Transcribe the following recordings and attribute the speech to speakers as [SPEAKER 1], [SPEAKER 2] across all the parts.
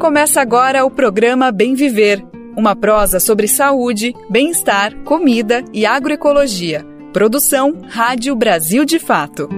[SPEAKER 1] Começa agora o programa Bem Viver, uma prosa sobre saúde, bem-estar, comida e agroecologia. Produção Rádio Brasil de Fato.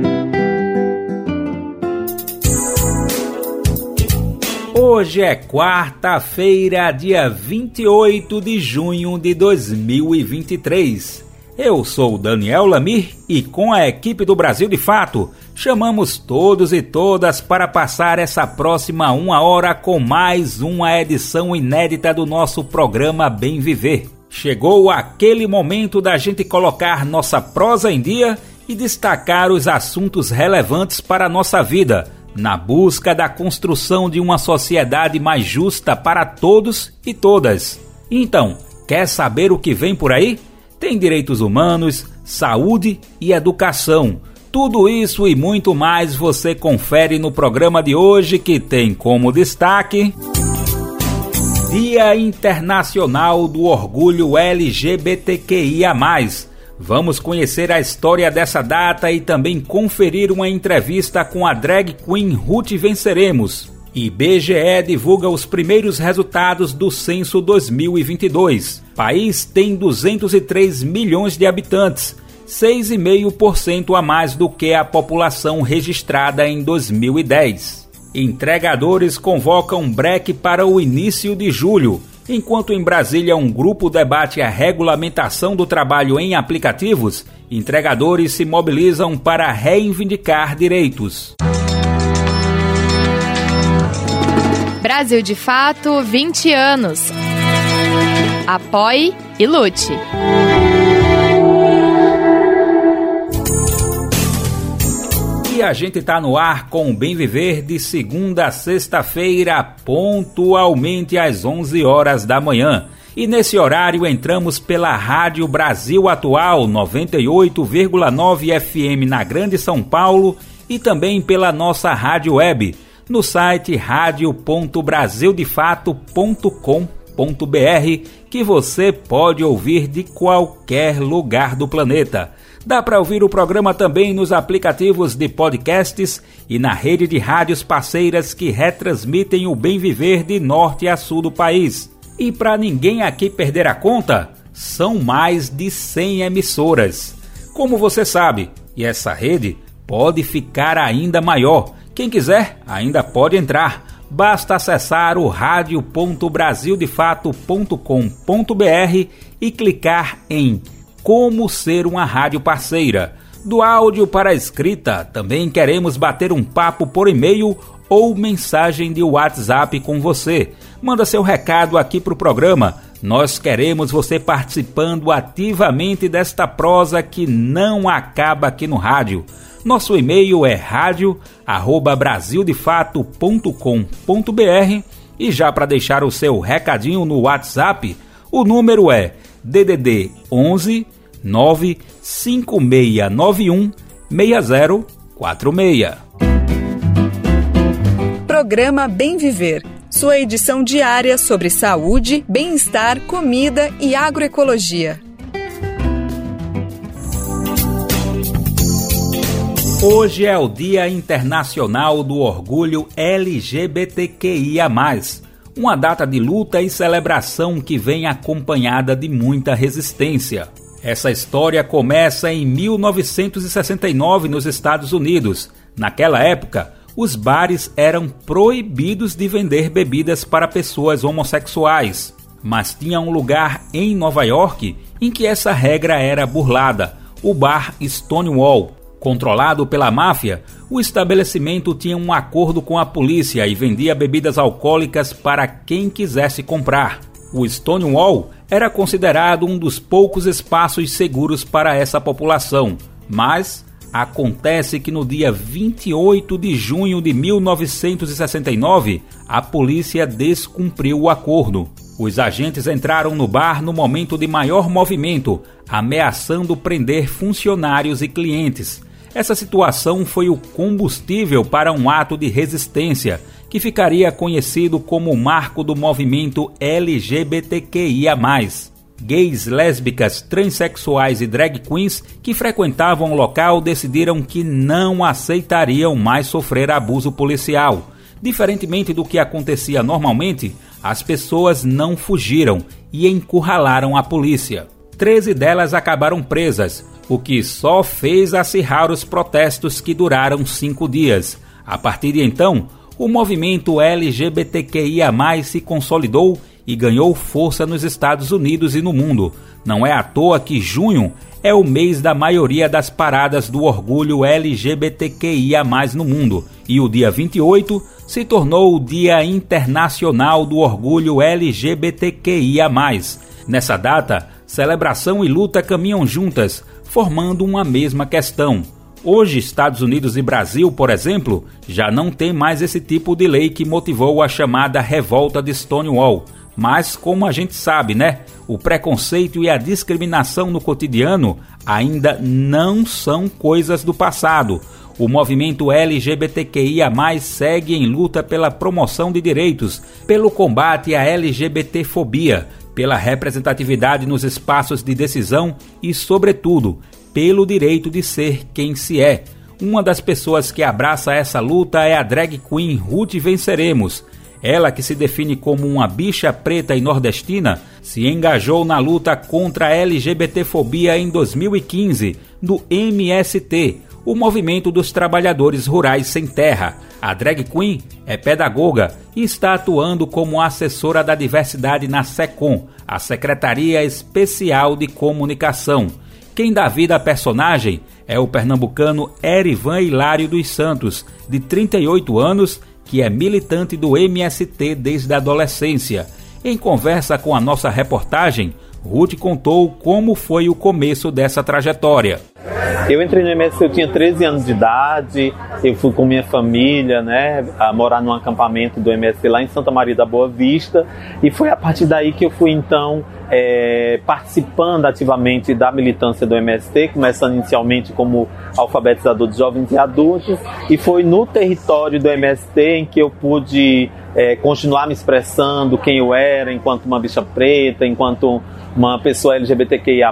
[SPEAKER 2] Hoje é quarta-feira, dia 28 de junho de 2023. Eu sou Daniel Lamir e com a equipe do Brasil de Fato, chamamos todos e todas para passar essa próxima 1 hora com mais uma edição inédita do nosso programa Bem Viver. Chegou aquele momento da gente colocar nossa prosa em dia e destacar os assuntos relevantes para a nossa vida, na busca da construção de uma sociedade mais justa para todos e todas. Então, quer saber o que vem por aí? Tem direitos humanos, saúde e educação. Tudo isso e muito mais você confere no programa de hoje, que tem como destaque Dia Internacional do Orgulho LGBTQIA+. Vamos conhecer a história dessa data e também conferir uma entrevista com a drag queen Ruth Venceremos. IBGE divulga os primeiros resultados do censo 2022. País tem 203 milhões de habitantes, 6,5% a mais do que a população registrada em 2010. Entregadores convocam break para o início de julho. Enquanto em Brasília um grupo debate a regulamentação do trabalho em aplicativos, entregadores se mobilizam para reivindicar direitos.
[SPEAKER 3] Brasil de Fato, 20 anos. Apoie e lute.
[SPEAKER 2] E a gente está no ar com o Bem Viver de segunda a sexta-feira, pontualmente às 11 horas da manhã. E nesse horário entramos pela Rádio Brasil Atual, 98,9 FM na Grande São Paulo e também pela nossa rádio web, no site radio.brasildefato.com.br, que você pode ouvir de qualquer lugar do planeta. Dá para ouvir o programa também nos aplicativos de podcasts e na rede de rádios parceiras que retransmitem o Bem Viver de norte a sul do país. E para ninguém aqui perder a conta, são mais de 100 emissoras. Como você sabe, e essa rede pode ficar ainda maior. Quem quiser ainda pode entrar. Basta acessar o radio.brasildefato.com.br e clicar em Como Ser uma Rádio Parceira. Do áudio para a escrita, também queremos bater um papo por e-mail ou mensagem de WhatsApp com você. Manda seu recado aqui para o programa. Nós queremos você participando ativamente desta prosa que não acaba aqui no rádio. Nosso e-mail é radio@brasildefato.com.br e já para deixar o seu recadinho no WhatsApp, o número é DDD 11 95691 6046.
[SPEAKER 1] Programa Bem Viver, sua edição diária sobre saúde, bem-estar, comida e agroecologia.
[SPEAKER 2] Hoje é o Dia Internacional do Orgulho LGBTQIA+, uma data de luta e celebração que vem acompanhada de muita resistência. Essa história começa em 1969 nos Estados Unidos. Naquela época, os bares eram proibidos de vender bebidas para pessoas homossexuais. Mas tinha um lugar em Nova York em que essa regra era burlada, o bar Stonewall. Controlado pela máfia, o estabelecimento tinha um acordo com a polícia e vendia bebidas alcoólicas para quem quisesse comprar. O Stonewall era considerado um dos poucos espaços seguros para essa população, mas acontece que no dia 28 de junho de 1969, a polícia descumpriu o acordo. Os agentes entraram no bar no momento de maior movimento, ameaçando prender funcionários e clientes. Essa situação foi o combustível para um ato de resistência, que ficaria conhecido como o marco do movimento LGBTQIA+. Gays, lésbicas, transexuais e drag queens que frequentavam o local decidiram que não aceitariam mais sofrer abuso policial. Diferentemente do que acontecia normalmente, as pessoas não fugiram e encurralaram a polícia. 13 delas acabaram presas, o que só fez acirrar os protestos que duraram 5 dias. A partir de então, o movimento LGBTQIA+, se consolidou e ganhou força nos Estados Unidos e no mundo. Não é à toa que junho é o mês da maioria das paradas do orgulho LGBTQIA+, no mundo, e o dia 28 se tornou o Dia Internacional do Orgulho LGBTQIA+. Nessa data, celebração e luta caminham juntas, formando uma mesma questão. Hoje, Estados Unidos e Brasil, por exemplo, já não tem mais esse tipo de lei que motivou a chamada revolta de Stonewall. Mas, como a gente sabe, né? O preconceito e a discriminação no cotidiano ainda não são coisas do passado. O movimento LGBTQIA+, segue em luta pela promoção de direitos, pelo combate à LGBTfobia, pela representatividade nos espaços de decisão e, sobretudo, pelo direito de ser quem se é. Uma das pessoas que abraça essa luta é a drag queen Ruth Venceremos. Ela, que se define como uma bicha preta e nordestina, se engajou na luta contra a LGBTfobia em 2015, no MST, o Movimento dos Trabalhadores Rurais Sem Terra. A drag queen é pedagoga e está atuando como assessora da diversidade na SECOM, a Secretaria Especial de Comunicação. Quem dá vida à personagem é o pernambucano Erivan Hilário dos Santos, de 38 anos, que é militante do MST desde a adolescência. Em conversa com a nossa reportagem, Ruth contou como foi o começo dessa trajetória.
[SPEAKER 4] Eu entrei no MST, eu tinha 13 anos de idade, eu fui com minha família, né, a morar num acampamento do MST lá em Santa Maria da Boa Vista, e foi a partir daí que eu fui então participando ativamente da militância do MST, começando inicialmente como alfabetizador de jovens e adultos, e foi no território do MST em que eu pude continuar me expressando quem eu era enquanto uma bicha preta, enquanto uma pessoa LGBTQIA+.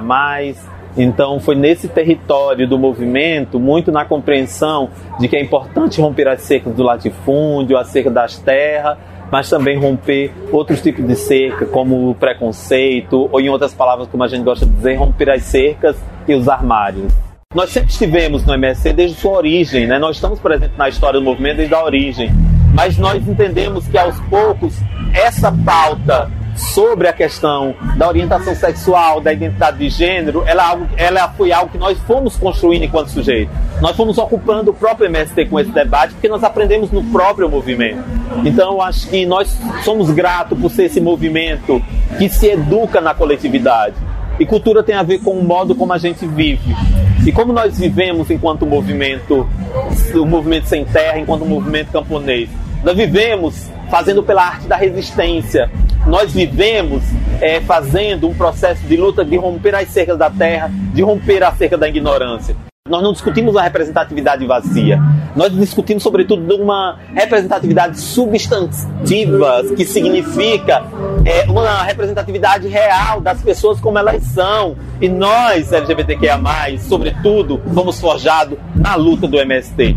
[SPEAKER 4] Então foi nesse território do movimento, muito na compreensão de que é importante romper as cercas do latifúndio, a cerca das terras, mas também romper outros tipos de cerca, como o preconceito, ou em outras palavras, como a gente gosta de dizer, romper as cercas e os armários. Nós sempre estivemos no MST desde sua origem, né? Nós estamos presentes na história do movimento desde a origem, mas nós entendemos que aos poucos essa pauta sobre a questão da orientação sexual, da identidade de gênero, ela foi algo que nós fomos construindo enquanto sujeito. Nós fomos ocupando o próprio MST com esse debate, porque nós aprendemos no próprio movimento. Então, eu acho que nós somos gratos por ser esse movimento que se educa na coletividade. E cultura tem a ver com o modo como a gente vive. E como nós vivemos enquanto movimento, o movimento sem terra, enquanto movimento camponês. Nós vivemos fazendo pela arte da resistência. Nós vivemos fazendo um processo de luta de romper as cercas da terra, de romper a cerca da ignorância. Nós não discutimos uma representatividade vazia. Nós discutimos, sobretudo, de uma representatividade substantiva, que significa uma representatividade real das pessoas como elas são. E nós, LGBTQIA+, sobretudo, fomos forjados na luta do MST.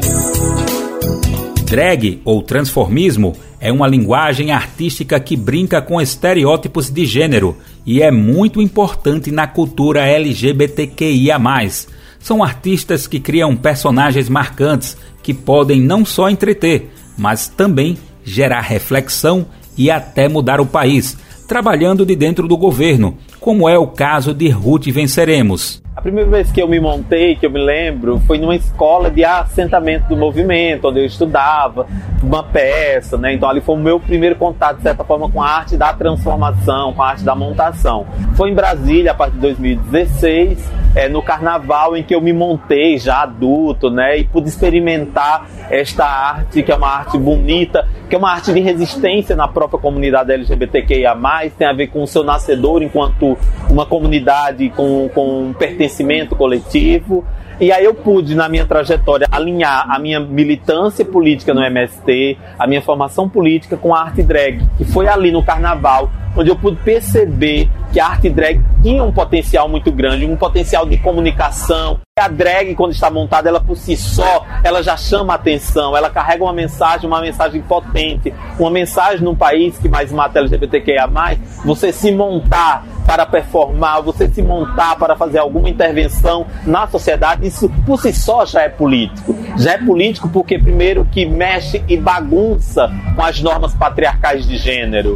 [SPEAKER 2] Drag, ou transformismo, é uma linguagem artística que brinca com estereótipos de gênero e é muito importante na cultura LGBTQIA+. São artistas que criam personagens marcantes que podem não só entreter, mas também gerar reflexão e até mudar o país, trabalhando de dentro do governo, como é o caso de Ruth Venceremos.
[SPEAKER 4] A primeira vez que eu me montei, que eu me lembro, foi numa escola de assentamento do movimento, onde eu estudava uma peça, né? Então ali foi o meu primeiro contato, de certa forma, com a arte da transformação, com a arte da montação. Foi em Brasília, a partir de 2016, no carnaval, em que eu me montei já adulto, né? E pude experimentar esta arte, que é uma arte bonita, que é uma arte de resistência na própria comunidade LGBTQIA+, tem a ver com o seu nascedor enquanto uma comunidade com pertencimento coletivo. E aí eu pude, na minha trajetória, alinhar a minha militância política no MST, a minha formação política com a arte drag, que foi ali no carnaval, onde eu pude perceber que a arte drag tinha um potencial muito grande, um potencial de comunicação. A drag, quando está montada, ela por si só, ela já chama a atenção, ela carrega uma mensagem potente, uma mensagem num país que mais mata LGBTQIA+, você se montar para performar, você se montar para fazer alguma intervenção na sociedade, isso por si só já é político. Já é político porque, primeiro, que mexe e bagunça com as normas patriarcais de gênero.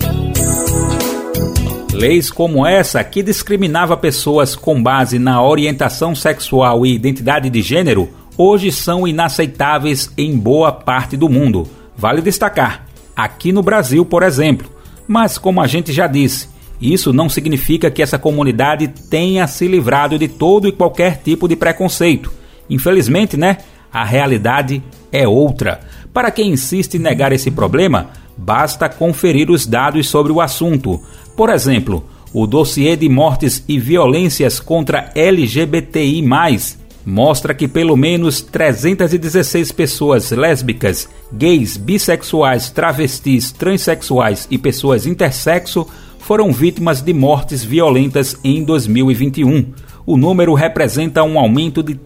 [SPEAKER 2] Leis como essa, que discriminava pessoas com base na orientação sexual e identidade de gênero, hoje são inaceitáveis em boa parte do mundo. Vale destacar, aqui no Brasil, por exemplo. Mas, como a gente já disse, isso não significa que essa comunidade tenha se livrado de todo e qualquer tipo de preconceito. Infelizmente, a realidade é outra. Para quem insiste em negar esse problema, basta conferir os dados sobre o assunto. Por exemplo, o dossiê de mortes e violências contra LGBTI+, mostra que pelo menos 316 pessoas lésbicas, gays, bissexuais, travestis, transexuais e pessoas intersexo foram vítimas de mortes violentas em 2021. O número representa um aumento de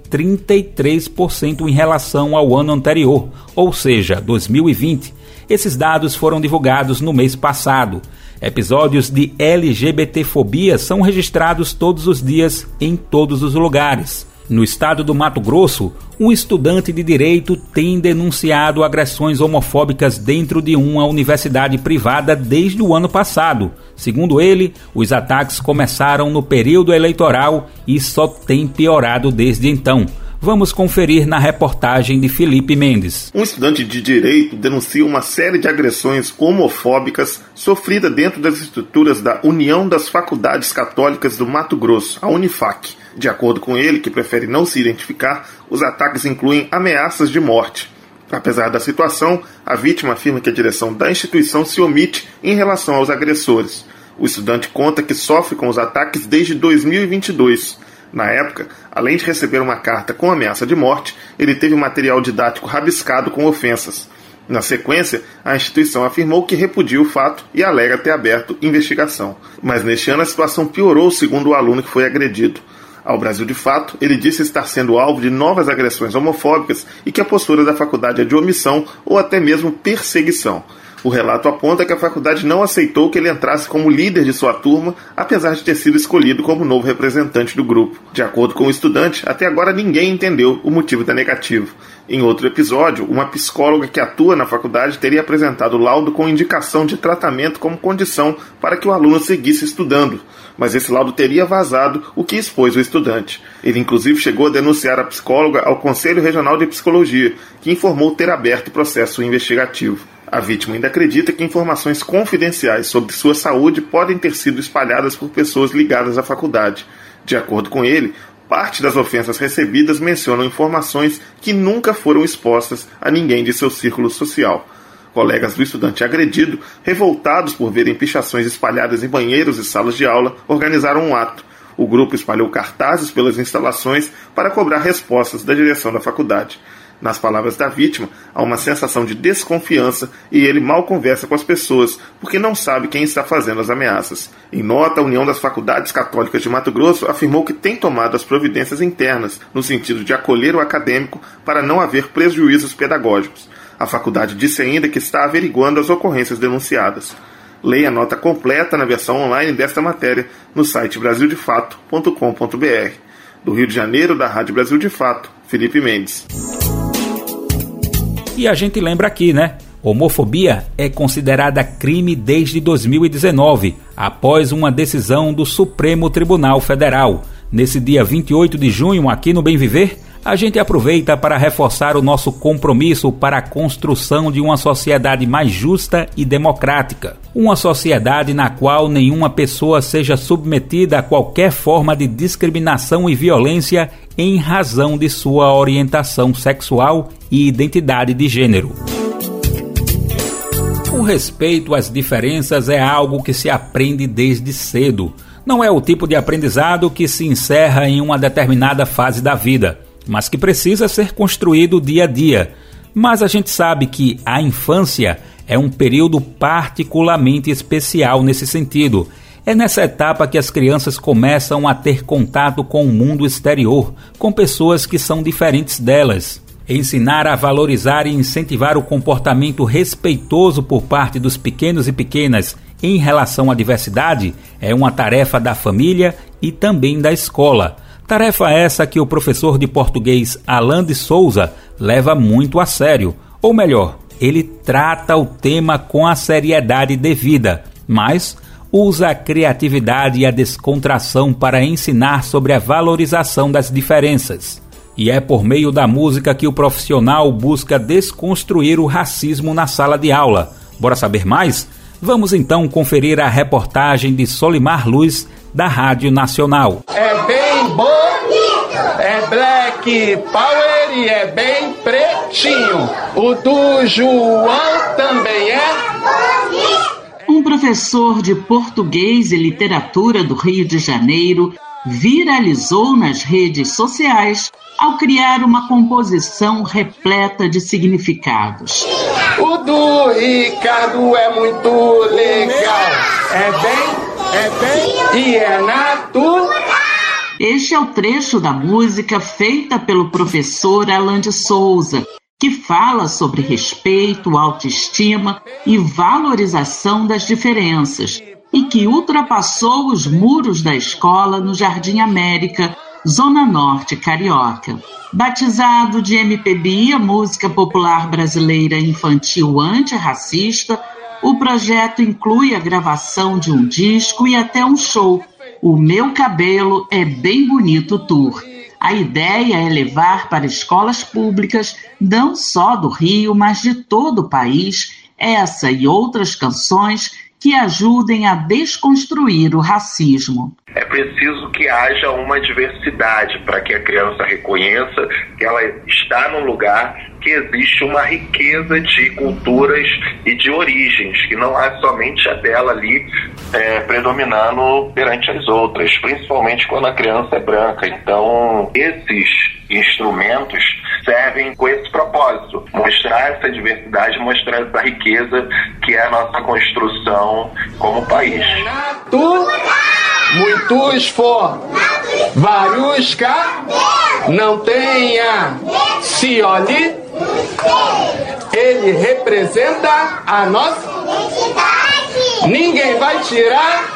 [SPEAKER 2] 33% em relação ao ano anterior, ou seja, 2020. Esses dados foram divulgados no mês passado. Episódios de LGBTfobia são registrados todos os dias em todos os lugares. No estado do Mato Grosso, um estudante de direito tem denunciado agressões homofóbicas dentro de uma universidade privada desde o ano passado. Segundo ele, os ataques começaram no período eleitoral e só tem piorado desde então. Vamos conferir na reportagem de Felipe Mendes.
[SPEAKER 5] Um estudante de direito denuncia uma série de agressões homofóbicas sofridas dentro das estruturas da União das Faculdades Católicas do Mato Grosso, a Unifac. De acordo com ele, que prefere não se identificar, os ataques incluem ameaças de morte. Apesar da situação, a vítima afirma que a direção da instituição se omite em relação aos agressores. O estudante conta que sofre com os ataques desde 2022. Na época, além de receber uma carta com ameaça de morte, ele teve material didático rabiscado com ofensas. Na sequência, a instituição afirmou que repudia o fato e alega ter aberto investigação. Mas neste ano a situação piorou, segundo o aluno que foi agredido. Ao Brasil de Fato, ele disse estar sendo alvo de novas agressões homofóbicas e que a postura da faculdade é de omissão ou até mesmo perseguição. O relato aponta que a faculdade não aceitou que ele entrasse como líder de sua turma, apesar de ter sido escolhido como novo representante do grupo. De acordo com o estudante, até agora ninguém entendeu o motivo da negativa. Em outro episódio, uma psicóloga que atua na faculdade teria apresentado laudo com indicação de tratamento como condição para que o aluno seguisse estudando, mas esse laudo teria vazado, o que expôs o estudante. Ele inclusive chegou a denunciar a psicóloga ao Conselho Regional de Psicologia, que informou ter aberto processo investigativo. A vítima ainda acredita que informações confidenciais sobre sua saúde podem ter sido espalhadas por pessoas ligadas à faculdade. De acordo com ele, parte das ofensas recebidas mencionam informações que nunca foram expostas a ninguém de seu círculo social. Colegas do estudante agredido, revoltados por verem pichações espalhadas em banheiros e salas de aula, organizaram um ato. O grupo espalhou cartazes pelas instalações para cobrar respostas da direção da faculdade. Nas palavras da vítima, há uma sensação de desconfiança e ele mal conversa com as pessoas, porque não sabe quem está fazendo as ameaças. Em nota, a União das Faculdades Católicas de Mato Grosso afirmou que tem tomado as providências internas, no sentido de acolher o acadêmico para não haver prejuízos pedagógicos. A faculdade disse ainda que está averiguando as ocorrências denunciadas. Leia a nota completa na versão online desta matéria no site brasildefato.com.br. Do Rio de Janeiro, da Rádio Brasil de Fato, Felipe Mendes.
[SPEAKER 2] E a gente lembra aqui, Homofobia é considerada crime desde 2019, após uma decisão do Supremo Tribunal Federal. Nesse dia 28 de junho, aqui no Bem Viver, a gente aproveita para reforçar o nosso compromisso para a construção de uma sociedade mais justa e democrática. Uma sociedade na qual nenhuma pessoa seja submetida a qualquer forma de discriminação e violência em razão de sua orientação sexual e identidade de gênero. O respeito às diferenças é algo que se aprende desde cedo. Não é o tipo de aprendizado que se encerra em uma determinada fase da vida. mas que precisa ser construído dia a dia. Mas a gente sabe que a infância é um período particularmente especial nesse sentido. É nessa etapa que as crianças começam a ter contato com o mundo exterior, com pessoas que são diferentes delas. Ensinar a valorizar e incentivar o comportamento respeitoso por parte dos pequenos e pequenas em relação à diversidade é uma tarefa da família e também da escola. Tarefa essa que o professor de português Alan de Souza leva muito a sério. Ou melhor, ele trata o tema com a seriedade devida, mas usa a criatividade e a descontração para ensinar sobre a valorização das diferenças. E é por meio da música que o profissional busca desconstruir o racismo na sala de aula. Bora saber mais? Vamos então conferir a reportagem de Solimar Luz, da Rádio Nacional.
[SPEAKER 6] É bem bonito, é black power e é bem pretinho. O do João também é.
[SPEAKER 7] Um professor de português e literatura do Rio de Janeiro viralizou nas redes sociais ao criar uma composição repleta de significados.
[SPEAKER 6] O do Ricardo é muito legal. É bem e é natural.
[SPEAKER 7] Este é o trecho da música feita pelo professor Alan de Souza, que fala sobre respeito, autoestima e valorização das diferenças, e que ultrapassou os muros da escola no Jardim América, Zona Norte Carioca. Batizado de MPB, a música popular brasileira infantil antirracista, o projeto inclui a gravação de um disco e até um show, O Meu Cabelo é Bem Bonito Tour. A ideia é levar para escolas públicas, não só do Rio, mas de todo o país, essa e outras canções que ajudem a desconstruir o racismo.
[SPEAKER 8] É preciso que haja uma diversidade para que a criança reconheça que ela está num lugar que existe uma riqueza de culturas e de origens, que não há somente a dela ali predominando perante as outras, principalmente quando a criança é branca. Então, esses instrumentos servem com esse propósito, mostrar essa diversidade, mostrar essa riqueza que é a nossa construção como país.
[SPEAKER 6] Muitos for, vários cá, não tenha, se olhe, ele representa a nossa identidade. Ninguém vai tirar.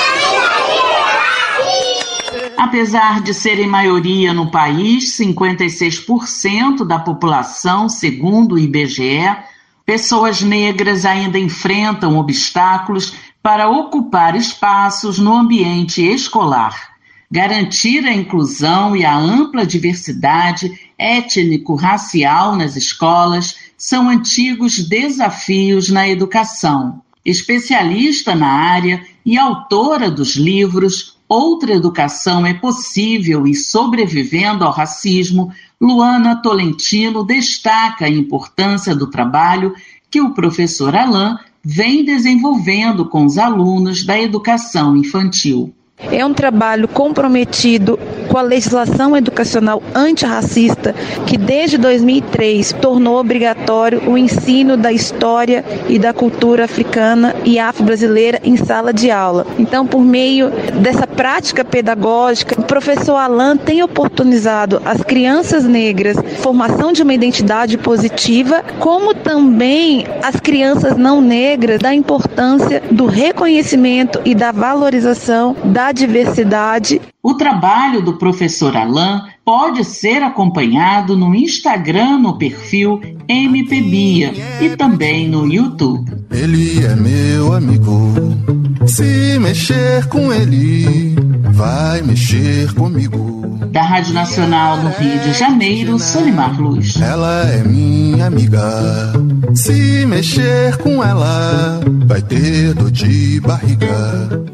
[SPEAKER 7] Apesar de serem maioria no país, 56% da população, segundo o IBGE, pessoas negras ainda enfrentam obstáculos para ocupar espaços no ambiente escolar. Garantir a inclusão e a ampla diversidade étnico-racial nas escolas são antigos desafios na educação. Especialista na área e autora dos livros Outra Educação é Possível e Sobrevivendo ao Racismo, Luana Tolentino destaca a importância do trabalho que o professor Alan vem desenvolvendo com os alunos da educação infantil.
[SPEAKER 9] É um trabalho comprometido com a legislação educacional antirracista que desde 2003 tornou obrigatório o ensino da história e da cultura africana e afro-brasileira em sala de aula. Então, por meio dessa prática pedagógica, o professor Alan tem oportunizado às crianças negras formação de uma identidade positiva, como também as crianças não negras da importância do reconhecimento e da valorização da diversidade.
[SPEAKER 7] O trabalho do professor Alan pode ser acompanhado no Instagram no perfil MPBia e também no YouTube.
[SPEAKER 10] Ele é meu amigo, se mexer com ele, vai mexer comigo.
[SPEAKER 7] Da Rádio Nacional no Rio de Janeiro, Solimar Luz.
[SPEAKER 10] Ela é minha amiga, se mexer com ela, vai ter dor de barriga.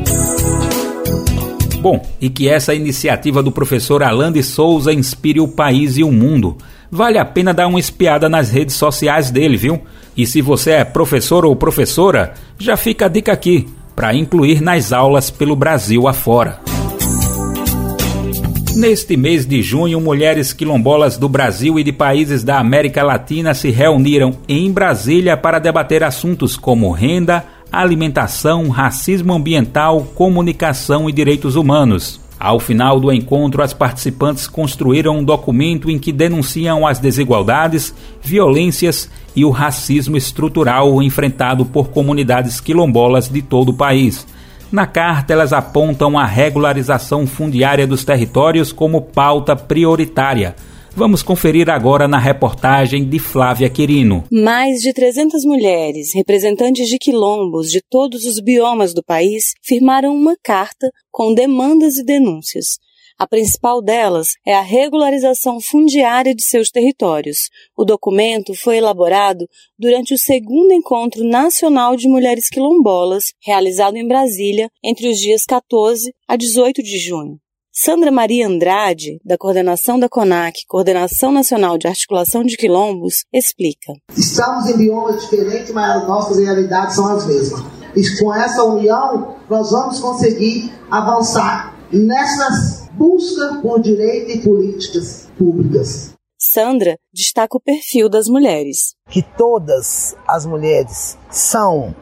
[SPEAKER 2] Bom, e que essa iniciativa do professor Alan de Souza inspire o país e o mundo. Vale a pena dar uma espiada nas redes sociais dele, viu? E se você é professor ou professora, já fica a dica aqui, para incluir nas aulas pelo Brasil afora. Neste mês de junho, mulheres quilombolas do Brasil e de países da América Latina se reuniram em Brasília para debater assuntos como renda, alimentação, racismo ambiental, comunicação e direitos humanos. Ao final do encontro, as participantes construíram um documento em que denunciam as desigualdades, violências e o racismo estrutural enfrentado por comunidades quilombolas de todo o país. Na carta, elas apontam a regularização fundiária dos territórios como pauta prioritária. Vamos conferir agora na reportagem de Flávia Quirino.
[SPEAKER 11] Mais de 300 mulheres, representantes de quilombos de todos os biomas do país, firmaram uma carta com demandas e denúncias. A principal delas é a regularização fundiária de seus territórios. O documento foi elaborado durante o segundo Encontro Nacional de Mulheres Quilombolas, realizado em Brasília entre os dias 14 a 18 de junho. Sandra Maria Andrade, da coordenação da CONAC, Coordenação Nacional de Articulação de Quilombos, explica.
[SPEAKER 12] Estamos em biomas diferentes, mas as nossas realidades são as mesmas. E com essa união, nós vamos conseguir avançar nessas busca por direito e políticas públicas.
[SPEAKER 11] Sandra destaca o perfil das mulheres.
[SPEAKER 13] Que todas as mulheres são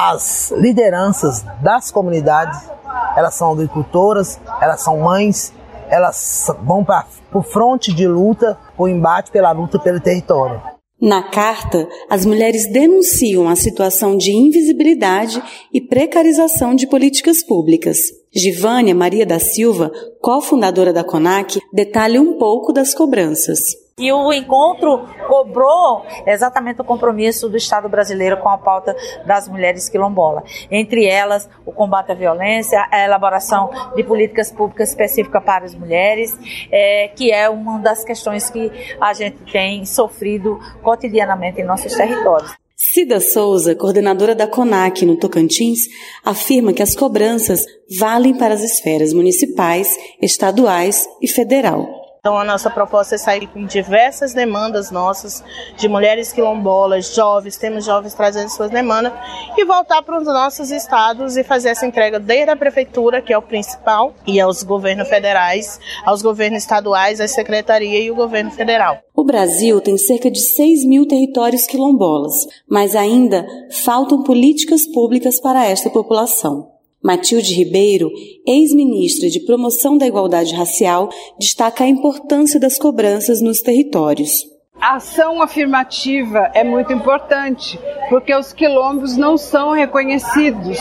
[SPEAKER 13] as lideranças das comunidades, elas são agricultoras, elas são mães, elas vão para o fronte de luta, o embate pela luta pelo território.
[SPEAKER 11] Na carta, as mulheres denunciam a situação de invisibilidade e precarização de políticas públicas. Givânia Maria da Silva, cofundadora da CONAC, detalha um pouco das cobranças.
[SPEAKER 14] E o encontro cobrou exatamente o compromisso do Estado brasileiro com a pauta das mulheres quilombolas. Entre elas, o combate à violência, a elaboração de políticas públicas específicas para as mulheres, que é uma das questões que a gente tem sofrido cotidianamente em nossos territórios.
[SPEAKER 11] Cida Souza, coordenadora da CONAC no Tocantins, afirma que as cobranças valem para as esferas municipais, estaduais e federal.
[SPEAKER 15] Então a nossa proposta é sair com diversas demandas nossas, de mulheres quilombolas, jovens, temos jovens trazendo suas demandas, e voltar para os nossos estados e fazer essa entrega desde a prefeitura, que é o principal, e aos governos federais, aos governos estaduais, à secretaria e o governo federal.
[SPEAKER 11] O Brasil tem cerca de 6 mil territórios quilombolas, mas ainda faltam políticas públicas para esta população. Matilde Ribeiro, ex-ministra de Promoção da Igualdade Racial, destaca a importância das cobranças nos territórios.
[SPEAKER 16] A ação afirmativa é muito importante, porque os quilombos não são reconhecidos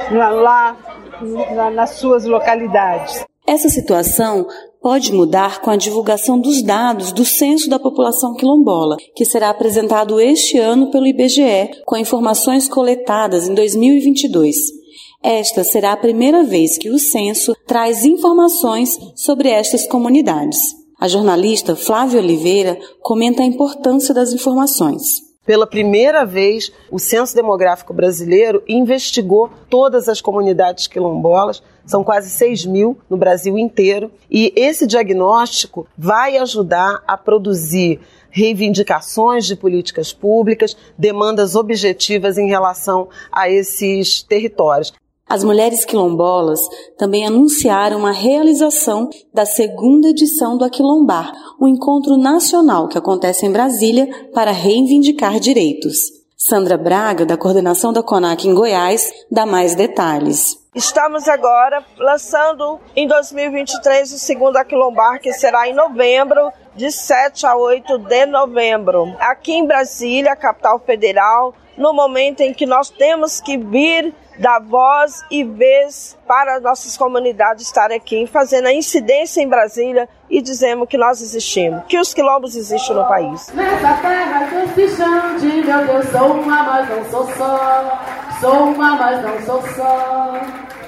[SPEAKER 16] lá nas suas localidades.
[SPEAKER 11] Essa situação pode mudar com a divulgação dos dados do Censo da População Quilombola, que será apresentado este ano pelo IBGE, com informações coletadas em 2022. Esta será a primeira vez que o censo traz informações sobre estas comunidades. A jornalista Flávia Oliveira comenta a importância das informações.
[SPEAKER 13] Pela primeira vez, o Censo Demográfico Brasileiro investigou todas as comunidades quilombolas, são quase 6 mil no Brasil inteiro, e esse diagnóstico vai ajudar a produzir reivindicações de políticas públicas, demandas objetivas em relação a esses territórios.
[SPEAKER 11] As mulheres quilombolas também anunciaram a realização da segunda edição do Aquilombar, um encontro nacional que acontece em Brasília para reivindicar direitos. Sandra Braga, da coordenação da CONAC em Goiás, dá mais detalhes.
[SPEAKER 17] Estamos agora lançando em 2023 o segundo Aquilombar, que será em novembro, de 7 a 8 de novembro. Aqui em Brasília, capital federal, no momento em que nós temos que vir dar voz e vez para as nossas comunidades estarem aqui, fazendo a incidência em Brasília e dizendo que nós existimos, que os quilombos existem no país.
[SPEAKER 18] Nessa terra que eu se chão de meu Deus, sou uma, mas não sou só, sou uma, mas não sou só.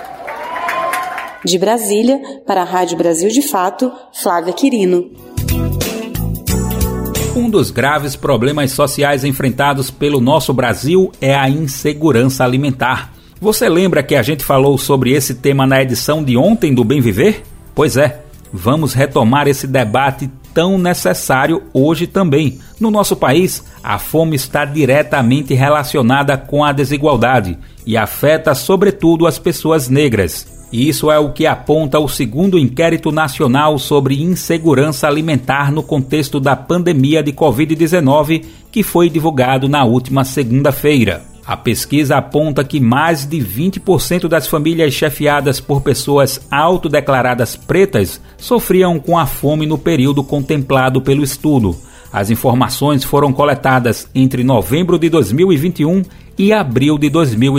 [SPEAKER 11] De Brasília, para a Rádio Brasil de Fato, Flávia Quirino.
[SPEAKER 2] Um dos graves problemas sociais enfrentados pelo nosso Brasil é a insegurança alimentar. Você lembra que a gente falou sobre esse tema na edição de ontem do Bem Viver? Pois é, vamos retomar esse debate tão necessário hoje também. No nosso país, a fome está diretamente relacionada com a desigualdade e afeta sobretudo as pessoas negras. Isso é o que aponta o segundo inquérito nacional sobre insegurança alimentar no contexto da pandemia de Covid-19, que foi divulgado na última segunda-feira. A pesquisa aponta que mais de 20% das famílias chefiadas por pessoas autodeclaradas pretas sofriam com a fome no período contemplado pelo estudo. As informações foram coletadas entre novembro de 2021 e abril de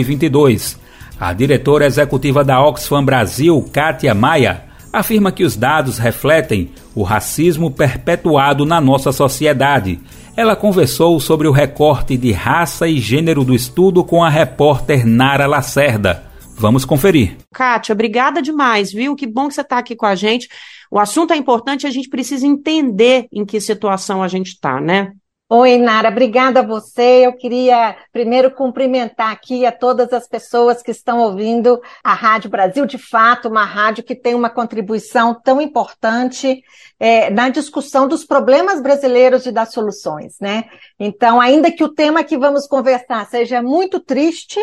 [SPEAKER 2] 2022. A diretora executiva da Oxfam Brasil, Kátia Maia, afirma que os dados refletem o racismo perpetuado na nossa sociedade. Ela conversou sobre o recorte de raça e gênero do estudo com a repórter Nara Lacerda. Vamos conferir.
[SPEAKER 19] Kátia, obrigada demais, viu? Que bom que você está aqui com a gente. O assunto é importante e a gente precisa entender em que situação a gente está, né?
[SPEAKER 20] Oi, Nara, obrigada a você. Eu queria primeiro cumprimentar aqui a todas as pessoas que estão ouvindo a Rádio Brasil de Fato, uma rádio que tem uma contribuição tão importante na discussão dos problemas brasileiros e das soluções, né? Então, ainda que o tema que vamos conversar seja muito triste,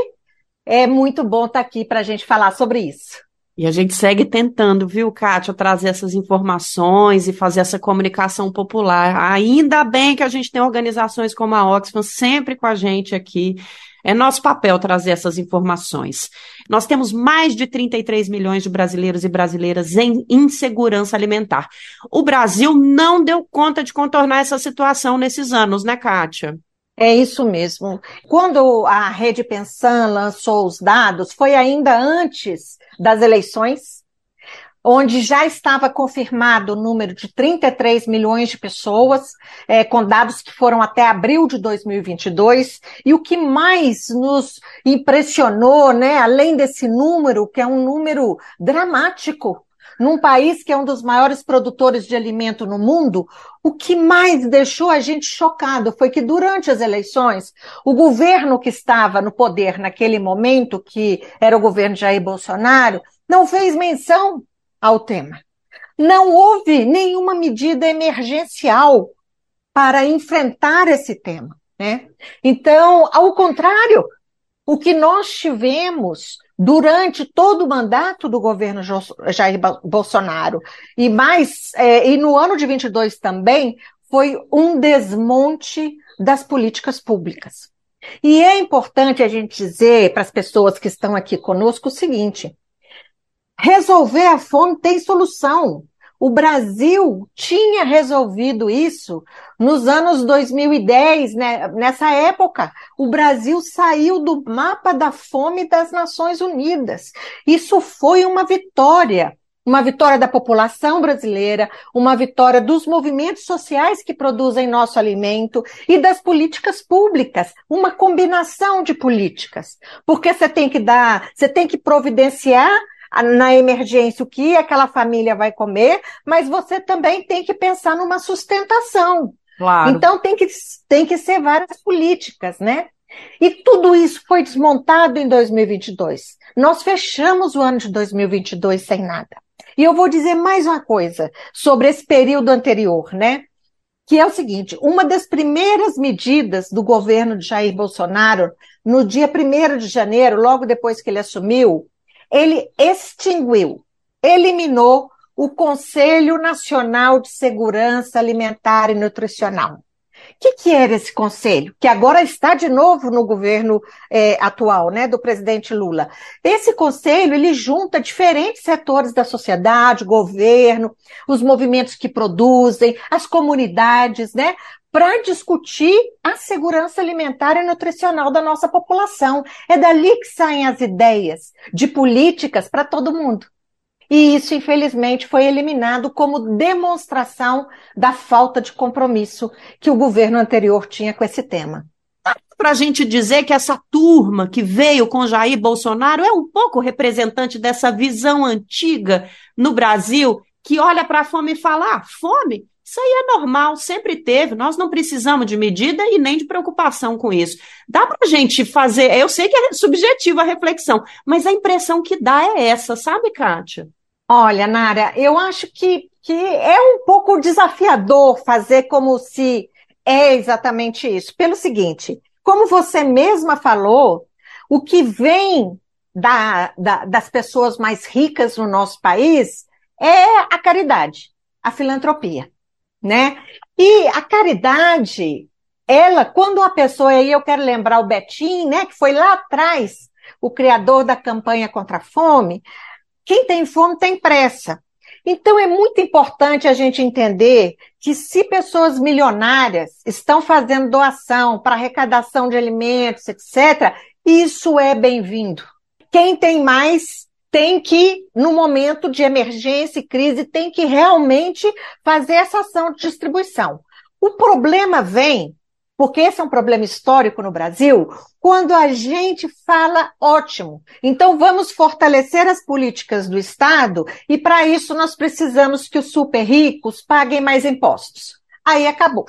[SPEAKER 20] é muito bom estar aqui para a gente falar sobre isso.
[SPEAKER 19] E a gente segue tentando, viu, Kátia, trazer essas informações e fazer essa comunicação popular. Ainda bem que a gente tem organizações como a Oxfam sempre com a gente aqui. É nosso papel trazer essas informações. Nós temos mais de 33 milhões de brasileiros e brasileiras em insegurança alimentar. O Brasil não deu conta de contornar essa situação nesses anos, né, Kátia?
[SPEAKER 20] É isso mesmo. Quando a Rede Pensan lançou os dados, foi ainda antes das eleições, onde já estava confirmado o número de 33 milhões de pessoas, com dados que foram até abril de 2022, e o que mais nos impressionou, né, além desse número, que é um número dramático, num país que é um dos maiores produtores de alimento no mundo, o que mais deixou a gente chocado foi que durante as eleições, o governo que estava no poder naquele momento, que era o governo de Jair Bolsonaro, não fez menção ao tema. Não houve nenhuma medida emergencial para enfrentar esse tema, né? Então, ao contrário, o que nós tivemos durante todo o mandato do governo Jair Bolsonaro e no ano de 22 também, foi um desmonte das políticas públicas. E é importante a gente dizer para as pessoas que estão aqui conosco o seguinte: resolver a fome tem solução. O Brasil tinha resolvido isso nos anos 2010, né? Nessa época, o Brasil saiu do mapa da fome das Nações Unidas. Isso foi uma vitória da população brasileira, uma vitória dos movimentos sociais que produzem nosso alimento e das políticas públicas, uma combinação de políticas. Porque você tem que providenciar na emergência o que aquela família vai comer, mas você também tem que pensar numa sustentação.
[SPEAKER 19] Claro.
[SPEAKER 20] Então tem que ser várias políticas, né? E tudo isso foi desmontado em 2022. Nós fechamos o ano de 2022 sem nada. E eu vou dizer mais uma coisa sobre esse período anterior, né? Que é o seguinte: uma das primeiras medidas do governo de Jair Bolsonaro, no dia 1º de janeiro, logo depois que ele assumiu, ele eliminou o Conselho Nacional de Segurança Alimentar e Nutricional. O que era esse conselho? Que agora está de novo no governo atual, né, do presidente Lula. Esse conselho, ele junta diferentes setores da sociedade, governo, os movimentos que produzem, as comunidades, né, para discutir a segurança alimentar e nutricional da nossa população. É dali que saem as ideias de políticas para todo mundo. E isso, infelizmente, foi eliminado como demonstração da falta de compromisso que o governo anterior tinha com esse tema.
[SPEAKER 19] Para a gente dizer que essa turma que veio com Jair Bolsonaro é um pouco representante dessa visão antiga no Brasil, que olha para a fome e fala: fome? Isso aí é normal, sempre teve, nós não precisamos de medida e nem de preocupação com isso. Dá para a gente fazer, eu sei que é subjetiva a reflexão, mas a impressão que dá é essa, sabe, Kátia?
[SPEAKER 20] Olha, Nara, eu acho que é um pouco desafiador fazer como se é exatamente isso. Pelo seguinte, como você mesma falou, o que vem das pessoas mais ricas no nosso país é a caridade, a filantropia, né? E a caridade, ela, quando a pessoa, aí eu quero lembrar o Betim, né, que foi lá atrás o criador da campanha contra a fome, quem tem fome tem pressa. Então é muito importante a gente entender que se pessoas milionárias estão fazendo doação para arrecadação de alimentos, etc., isso é bem-vindo. Quem tem mais tem que, no momento de emergência e crise, tem que realmente fazer essa ação de distribuição. O problema vem, porque esse é um problema histórico no Brasil, quando a gente fala ótimo. Então vamos fortalecer as políticas do Estado e para isso nós precisamos que os super ricos paguem mais impostos. Aí acabou.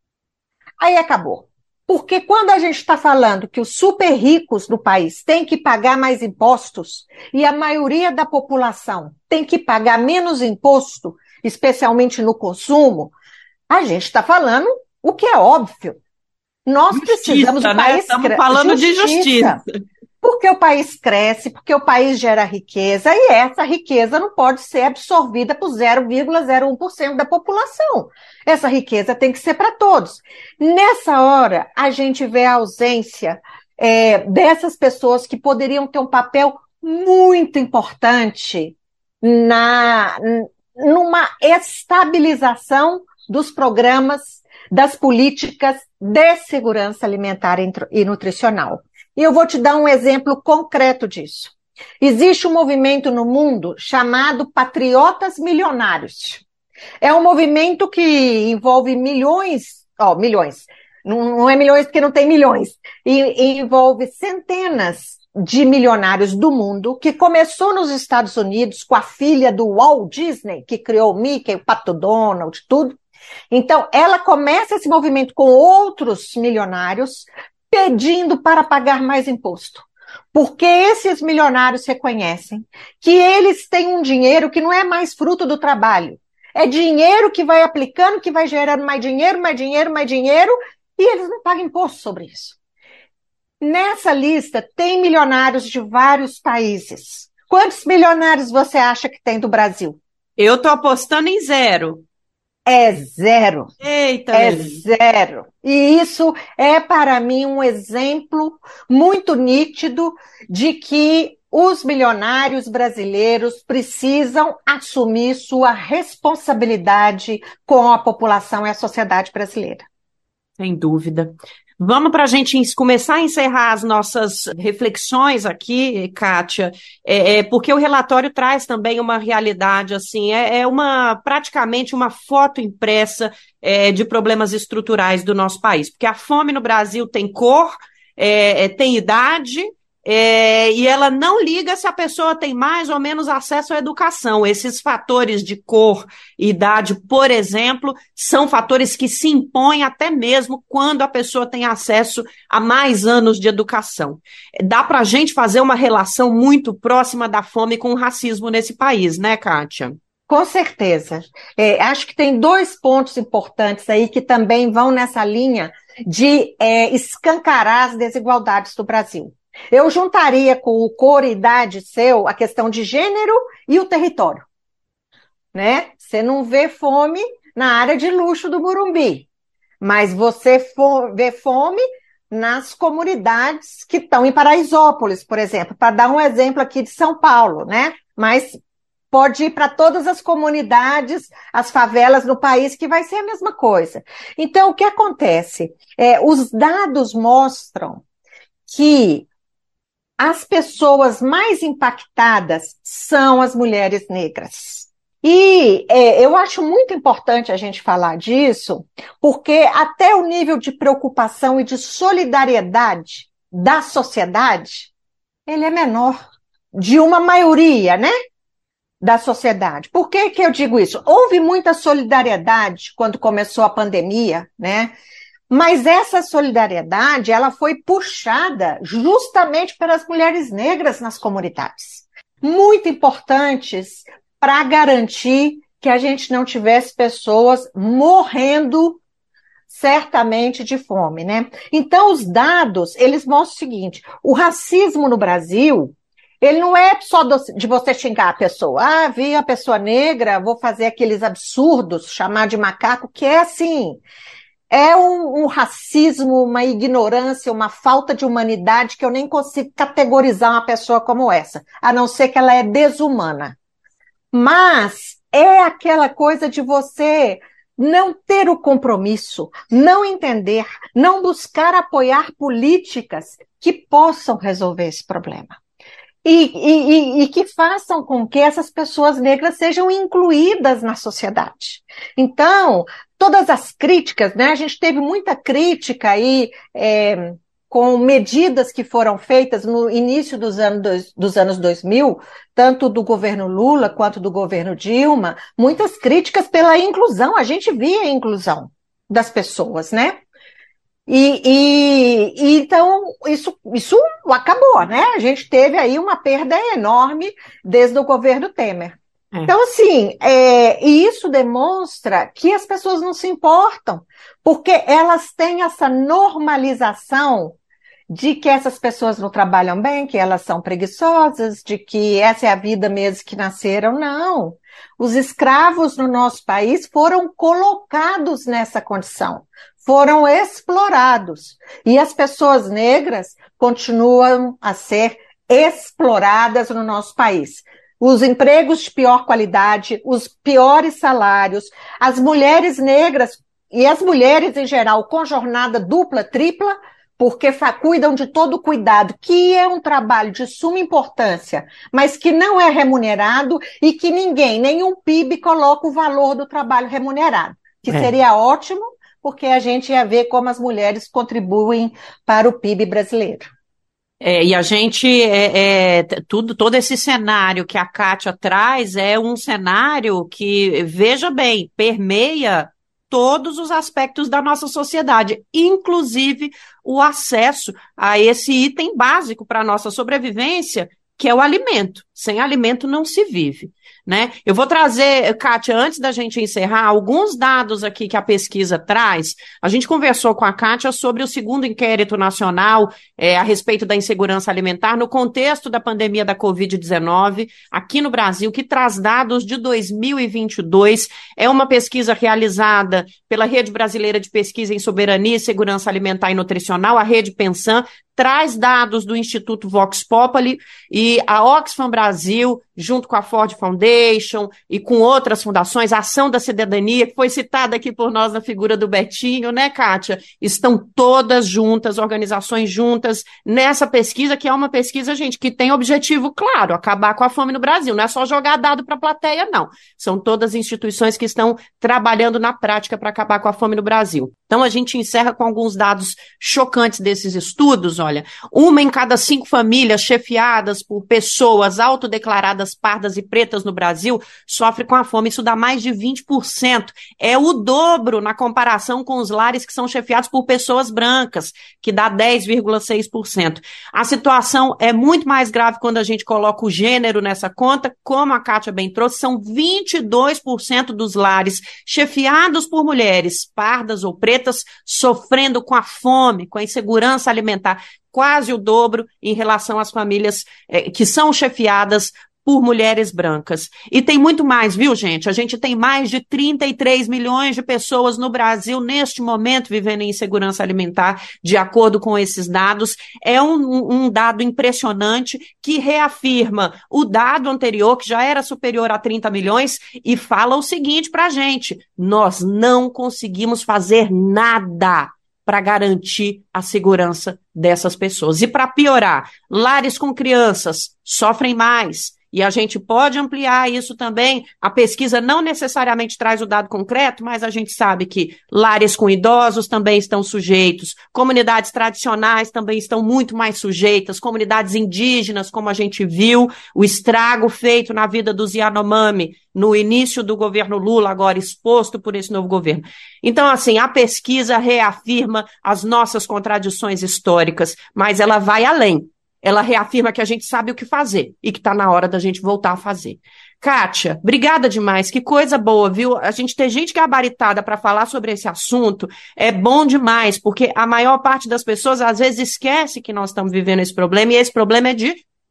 [SPEAKER 20] Porque quando a gente está falando que os super ricos do país têm que pagar mais impostos e a maioria da população tem que pagar menos imposto, especialmente no consumo, a gente está falando o que é óbvio. Nós precisamos do país,
[SPEAKER 19] estamos falando de justiça.
[SPEAKER 20] Porque o país cresce, porque o país gera riqueza, e essa riqueza não pode ser absorvida por 0,01% da população. Essa riqueza tem que ser para todos. Nessa hora, a gente vê a ausência dessas pessoas que poderiam ter um papel muito importante numa estabilização dos programas, das políticas de segurança alimentar e nutricional. E eu vou te dar um exemplo concreto disso. Existe um movimento no mundo chamado Patriotas Milionários. É um movimento que envolve milhões, não é milhões porque não tem milhões, e envolve centenas de milionários do mundo, que começou nos Estados Unidos com a filha do Walt Disney, que criou o Mickey, o Pato Donald, tudo. Então, ela começa esse movimento com outros milionários, pedindo para pagar mais imposto. Porque esses milionários reconhecem que eles têm um dinheiro que não é mais fruto do trabalho. É dinheiro que vai aplicando, que vai gerando mais dinheiro, e eles não pagam imposto sobre isso. Nessa lista tem milionários de vários países. Quantos milionários você acha que tem do Brasil?
[SPEAKER 19] Eu estou apostando em 0.
[SPEAKER 20] É 0.
[SPEAKER 19] Eita,
[SPEAKER 20] é 0. E isso é, para mim, um exemplo muito nítido de que os milionários brasileiros precisam assumir sua responsabilidade com a população e a sociedade brasileira.
[SPEAKER 19] Sem dúvida. Vamos para a gente começar a encerrar as nossas reflexões aqui, Kátia, porque o relatório traz também uma realidade, assim, praticamente uma foto impressa de problemas estruturais do nosso país, porque a fome no Brasil tem cor, tem idade, e ela não liga se a pessoa tem mais ou menos acesso à educação. Esses fatores de cor e idade, por exemplo, são fatores que se impõem até mesmo quando a pessoa tem acesso a mais anos de educação. Dá para a gente fazer uma relação muito próxima da fome com o racismo nesse país, né, Kátia?
[SPEAKER 20] Com certeza. Acho que tem 2 pontos importantes aí que também vão nessa linha de escancarar as desigualdades do Brasil. Eu juntaria com o cor e idade seu a questão de gênero e o território, né? Você não vê fome na área de luxo do Morumbi, mas você vê fome nas comunidades que estão em Paraisópolis, por exemplo, para dar um exemplo aqui de São Paulo, né? Mas pode ir para todas as comunidades, as favelas no país, que vai ser a mesma coisa. Então, o que acontece? Os dados mostram que as pessoas mais impactadas são as mulheres negras. E eu acho muito importante a gente falar disso, porque até o nível de preocupação e de solidariedade da sociedade, ele é menor, de uma maioria, né, da sociedade. Por que que eu digo isso? Houve muita solidariedade quando começou a pandemia, né? Mas essa solidariedade, ela foi puxada justamente pelas mulheres negras nas comunidades. Muito importantes para garantir que a gente não tivesse pessoas morrendo certamente de fome, né? Então, os dados, eles mostram o seguinte: o racismo no Brasil, Ele não é só de você xingar a pessoa. Ah, vi a pessoa negra, vou fazer aqueles absurdos, chamar de macaco, que é assim, é um racismo, uma ignorância, uma falta de humanidade que eu nem consigo categorizar uma pessoa como essa, a não ser que ela é desumana. Mas é aquela coisa de você não ter o compromisso, não entender, não buscar apoiar políticas que possam resolver esse problema. E que façam com que essas pessoas negras sejam incluídas na sociedade. Então, todas as críticas, né? A gente teve muita crítica aí com medidas que foram feitas no início dos anos 2000, tanto do governo Lula quanto do governo Dilma, muitas críticas pela inclusão. A gente via a inclusão das pessoas, né? Então, isso acabou, né? A gente teve aí uma perda enorme desde o governo Temer. Então, assim, e isso demonstra que as pessoas não se importam, porque elas têm essa normalização de que essas pessoas não trabalham bem, que elas são preguiçosas, de que essa é a vida mesmo que nasceram. Não. Os escravos no nosso país foram colocados nessa condição. Foram explorados. E as pessoas negras continuam a ser exploradas no nosso país. Os empregos de pior qualidade, os piores salários, as mulheres negras e as mulheres em geral com jornada dupla, tripla, porque cuidam de todo o cuidado, que é um trabalho de suma importância, mas que não é remunerado e que nenhum PIB coloca o valor do trabalho remunerado, que seria ótimo, porque a gente ia ver como as mulheres contribuem para o PIB brasileiro.
[SPEAKER 19] E a gente, todo esse cenário que a Kátia traz é um cenário que, veja bem, permeia todos os aspectos da nossa sociedade, inclusive o acesso a esse item básico para a nossa sobrevivência, que é o alimento. Sem alimento não se vive, né? Eu vou trazer, Kátia, antes da gente encerrar, alguns dados aqui que a pesquisa traz. A gente conversou com a Kátia sobre o segundo inquérito nacional a respeito da insegurança alimentar no contexto da pandemia da Covid-19 aqui no Brasil, que traz dados de 2022. É uma pesquisa realizada pela Rede Brasileira de Pesquisa em Soberania e Segurança Alimentar e Nutricional, a Rede Pensan, traz dados do Instituto Vox Populi e a Oxfam Brasil, junto com a Ford Foundation e com outras fundações, a Ação da Cidadania, que foi citada aqui por nós na figura do Betinho, né, Kátia? Estão todas juntas, organizações juntas, nessa pesquisa, que é uma pesquisa, gente, que tem objetivo claro, acabar com a fome no Brasil. Não é só jogar dado para a plateia, não. São todas instituições que estão trabalhando na prática para acabar com a fome no Brasil. Então, a gente encerra com alguns dados chocantes desses estudos. Olha, 1 em cada 5 famílias chefiadas por pessoas autodeclaradas pardas e pretas no Brasil sofre com a fome. Isso dá mais de 20%. É o dobro na comparação com os lares que são chefiados por pessoas brancas, que dá 10,6%. A situação é muito mais grave quando a gente coloca o gênero nessa conta. Como a Kátia bem trouxe, são 22% dos lares chefiados por mulheres pardas ou pretas sofrendo com a fome, com a insegurança alimentar, quase o dobro em relação às famílias que são chefiadas por mulheres brancas. E tem muito mais, viu, gente? A gente tem mais de 33 milhões de pessoas no Brasil, neste momento, vivendo em insegurança alimentar, de acordo com esses dados. É um dado impressionante que reafirma o dado anterior, que já era superior a 30 milhões, e fala o seguinte pra gente: nós não conseguimos fazer nada para garantir a segurança dessas pessoas. E para piorar, lares com crianças sofrem mais. E a gente pode ampliar isso também. A pesquisa não necessariamente traz o dado concreto, mas a gente sabe que lares com idosos também estão sujeitos, comunidades tradicionais também estão muito mais sujeitas, comunidades indígenas, como a gente viu, o estrago feito na vida dos Yanomami no início do governo Lula, agora exposto por esse novo governo. Então, assim, a pesquisa reafirma as nossas contradições históricas, mas ela vai além. Ela reafirma que a gente sabe o que fazer e que está na hora da gente voltar a fazer. Kátia, obrigada demais, que coisa boa, viu? A gente ter gente gabaritada para falar sobre esse assunto é bom demais, porque a maior parte das pessoas às vezes esquece que nós estamos vivendo esse problema, e esse problema é de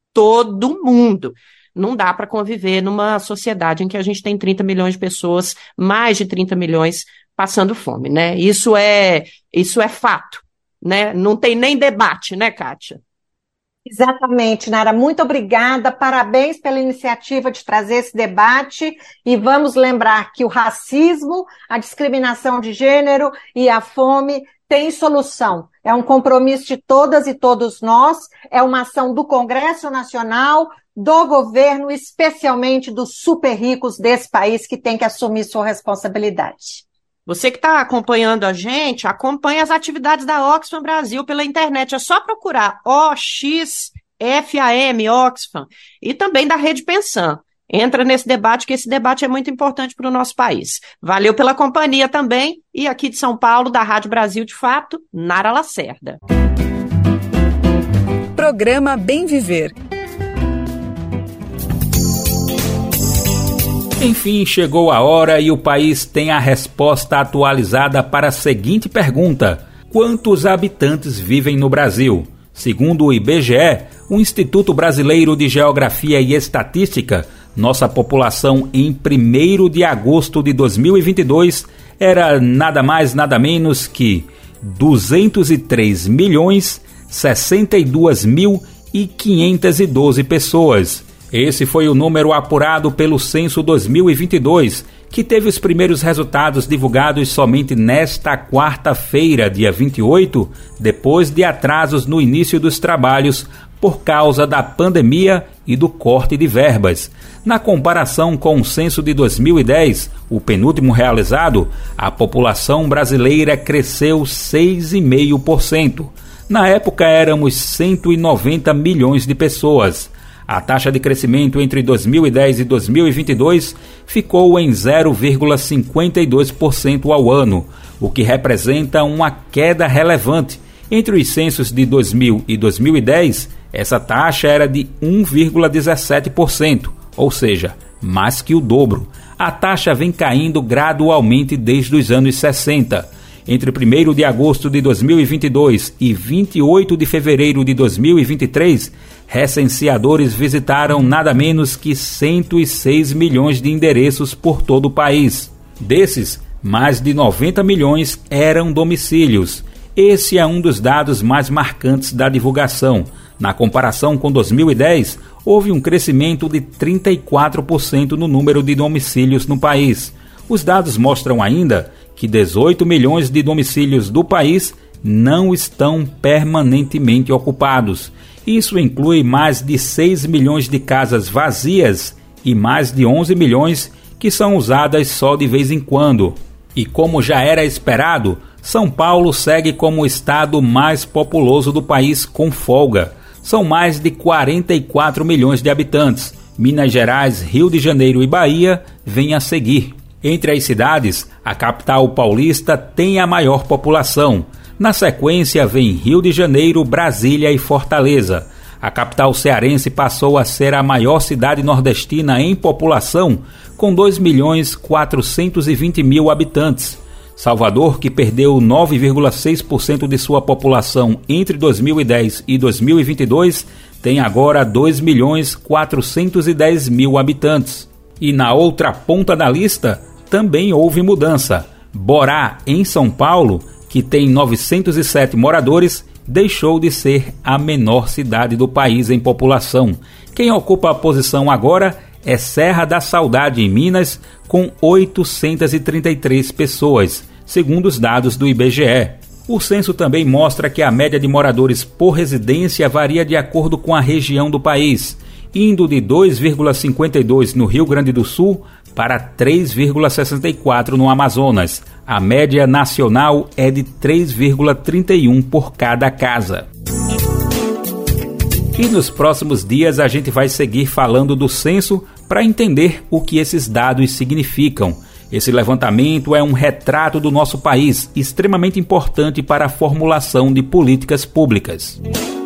[SPEAKER 19] todo mundo. Não dá para conviver numa sociedade em que a gente tem 30 milhões de pessoas, mais de 30 milhões passando fome, né? Isso é fato, né? Não tem nem debate, né, Kátia?
[SPEAKER 20] Exatamente, Nara. Muito obrigada. Parabéns pela iniciativa de trazer esse debate. E vamos lembrar que o racismo, a discriminação de gênero e a fome têm solução. É um compromisso de todas e todos nós. É uma ação do Congresso Nacional, do governo, especialmente dos super ricos desse país que tem que assumir sua responsabilidade.
[SPEAKER 19] Você que está acompanhando a gente, acompanhe as atividades da Oxfam Brasil pela internet. É só procurar OXFAM, Oxfam, e também da Rede Pensan. Entra nesse debate, que esse debate é muito importante para o nosso país. Valeu pela companhia também. E aqui de São Paulo, da Rádio Brasil de Fato, Nara Lacerda.
[SPEAKER 1] Programa Bem Viver.
[SPEAKER 2] Enfim, chegou a hora e o país tem a resposta atualizada para a seguinte pergunta: quantos habitantes vivem no Brasil? Segundo o IBGE, o Instituto Brasileiro de Geografia e Estatística, nossa população em 1º de agosto de 2022 era nada mais nada menos que 203.062.512 pessoas. Esse foi o número apurado pelo Censo 2022, que teve os primeiros resultados divulgados somente nesta quarta-feira, dia 28, depois de atrasos no início dos trabalhos por causa da pandemia e do corte de verbas. Na comparação com o censo de 2010, o penúltimo realizado, a população brasileira cresceu 6,5%. Na época éramos 190 milhões de pessoas. A taxa de crescimento entre 2010 e 2022 ficou em 0,52% ao ano, o que representa uma queda relevante. Entre os censos de 2000 e 2010, essa taxa era de 1,17%, ou seja, mais que o dobro. A taxa vem caindo gradualmente desde os anos 60. Entre 1º de agosto de 2022 e 28 de fevereiro de 2023, recenseadores visitaram nada menos que 106 milhões de endereços por todo o país. Desses, mais de 90 milhões eram domicílios. Esse é um dos dados mais marcantes da divulgação. Na comparação com 2010, houve um crescimento de 34% no número de domicílios no país. Os dados mostram ainda que 18 milhões de domicílios do país não estão permanentemente ocupados. Isso inclui mais de 6 milhões de casas vazias e mais de 11 milhões que são usadas só de vez em quando. E como já era esperado, São Paulo segue como o estado mais populoso do país com folga. São mais de 44 milhões de habitantes. Minas Gerais, Rio de Janeiro e Bahia vêm a seguir. Entre as cidades, a capital paulista tem a maior população. Na sequência vem Rio de Janeiro, Brasília e Fortaleza. A capital cearense passou a ser a maior cidade nordestina em população, com 2.420.000 habitantes. Salvador, que perdeu 9,6% de sua população entre 2010 e 2022, tem agora 2.410.000 habitantes. E na outra ponta da lista, também houve mudança. Borá, em São Paulo, que tem 907 moradores, deixou de ser a menor cidade do país em população. Quem ocupa a posição agora é Serra da Saudade, em Minas, com 833 pessoas, segundo os dados do IBGE. O censo também mostra que a média de moradores por residência varia de acordo com a região do país, indo de 2,52 no Rio Grande do Sul para 3,64 no Amazonas. A média nacional é de 3,31 por cada casa. E nos próximos dias a gente vai seguir falando do censo para entender o que esses dados significam. Esse levantamento é um retrato do nosso país, extremamente importante para a formulação de políticas públicas.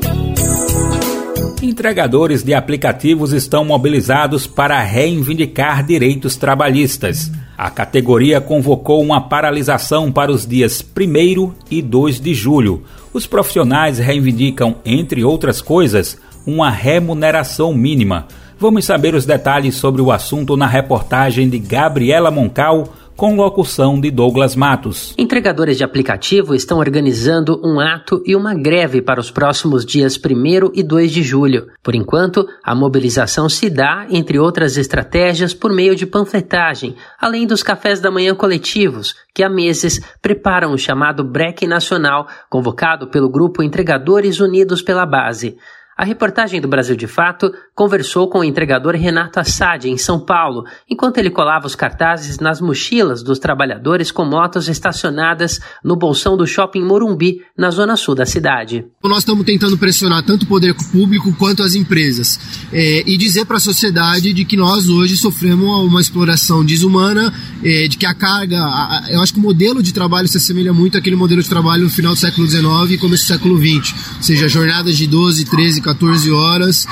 [SPEAKER 2] Entregadores de aplicativos estão mobilizados para reivindicar direitos trabalhistas. A categoria convocou uma paralisação para os dias 1º e 2 de julho. Os profissionais reivindicam, entre outras coisas, uma remuneração mínima. Vamos saber os detalhes sobre o assunto na reportagem de Gabriela Moncal, com locução de Douglas Matos.
[SPEAKER 21] Entregadores de aplicativo estão organizando um ato e uma greve para os próximos dias 1º e 2 de julho. Por enquanto, a mobilização se dá, entre outras estratégias, por meio de panfletagem, além dos cafés da manhã coletivos, que há meses preparam o chamado Breque Nacional, convocado pelo grupo Entregadores Unidos pela Base. A reportagem do Brasil de Fato conversou com o entregador Renato Assad, em São Paulo, enquanto ele colava os cartazes nas mochilas dos trabalhadores com motos estacionadas no bolsão do Shopping Morumbi, na zona sul da cidade.
[SPEAKER 22] Nós estamos tentando pressionar tanto o poder público quanto as empresas e dizer para a sociedade de que nós hoje sofremos uma exploração desumana, de que a carga, eu acho que o modelo de trabalho se assemelha muito àquele modelo de trabalho no final do século XIX e começo do século XX, ou seja, jornadas de 12, 13, 14 horas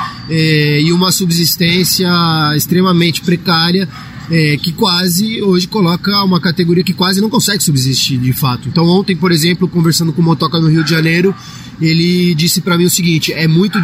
[SPEAKER 22] e uma subsistência extremamente precária, que quase hoje coloca uma categoria que quase não consegue subsistir de fato. Então ontem, por exemplo, conversando com o motoca no Rio de Janeiro, ele disse para mim o seguinte: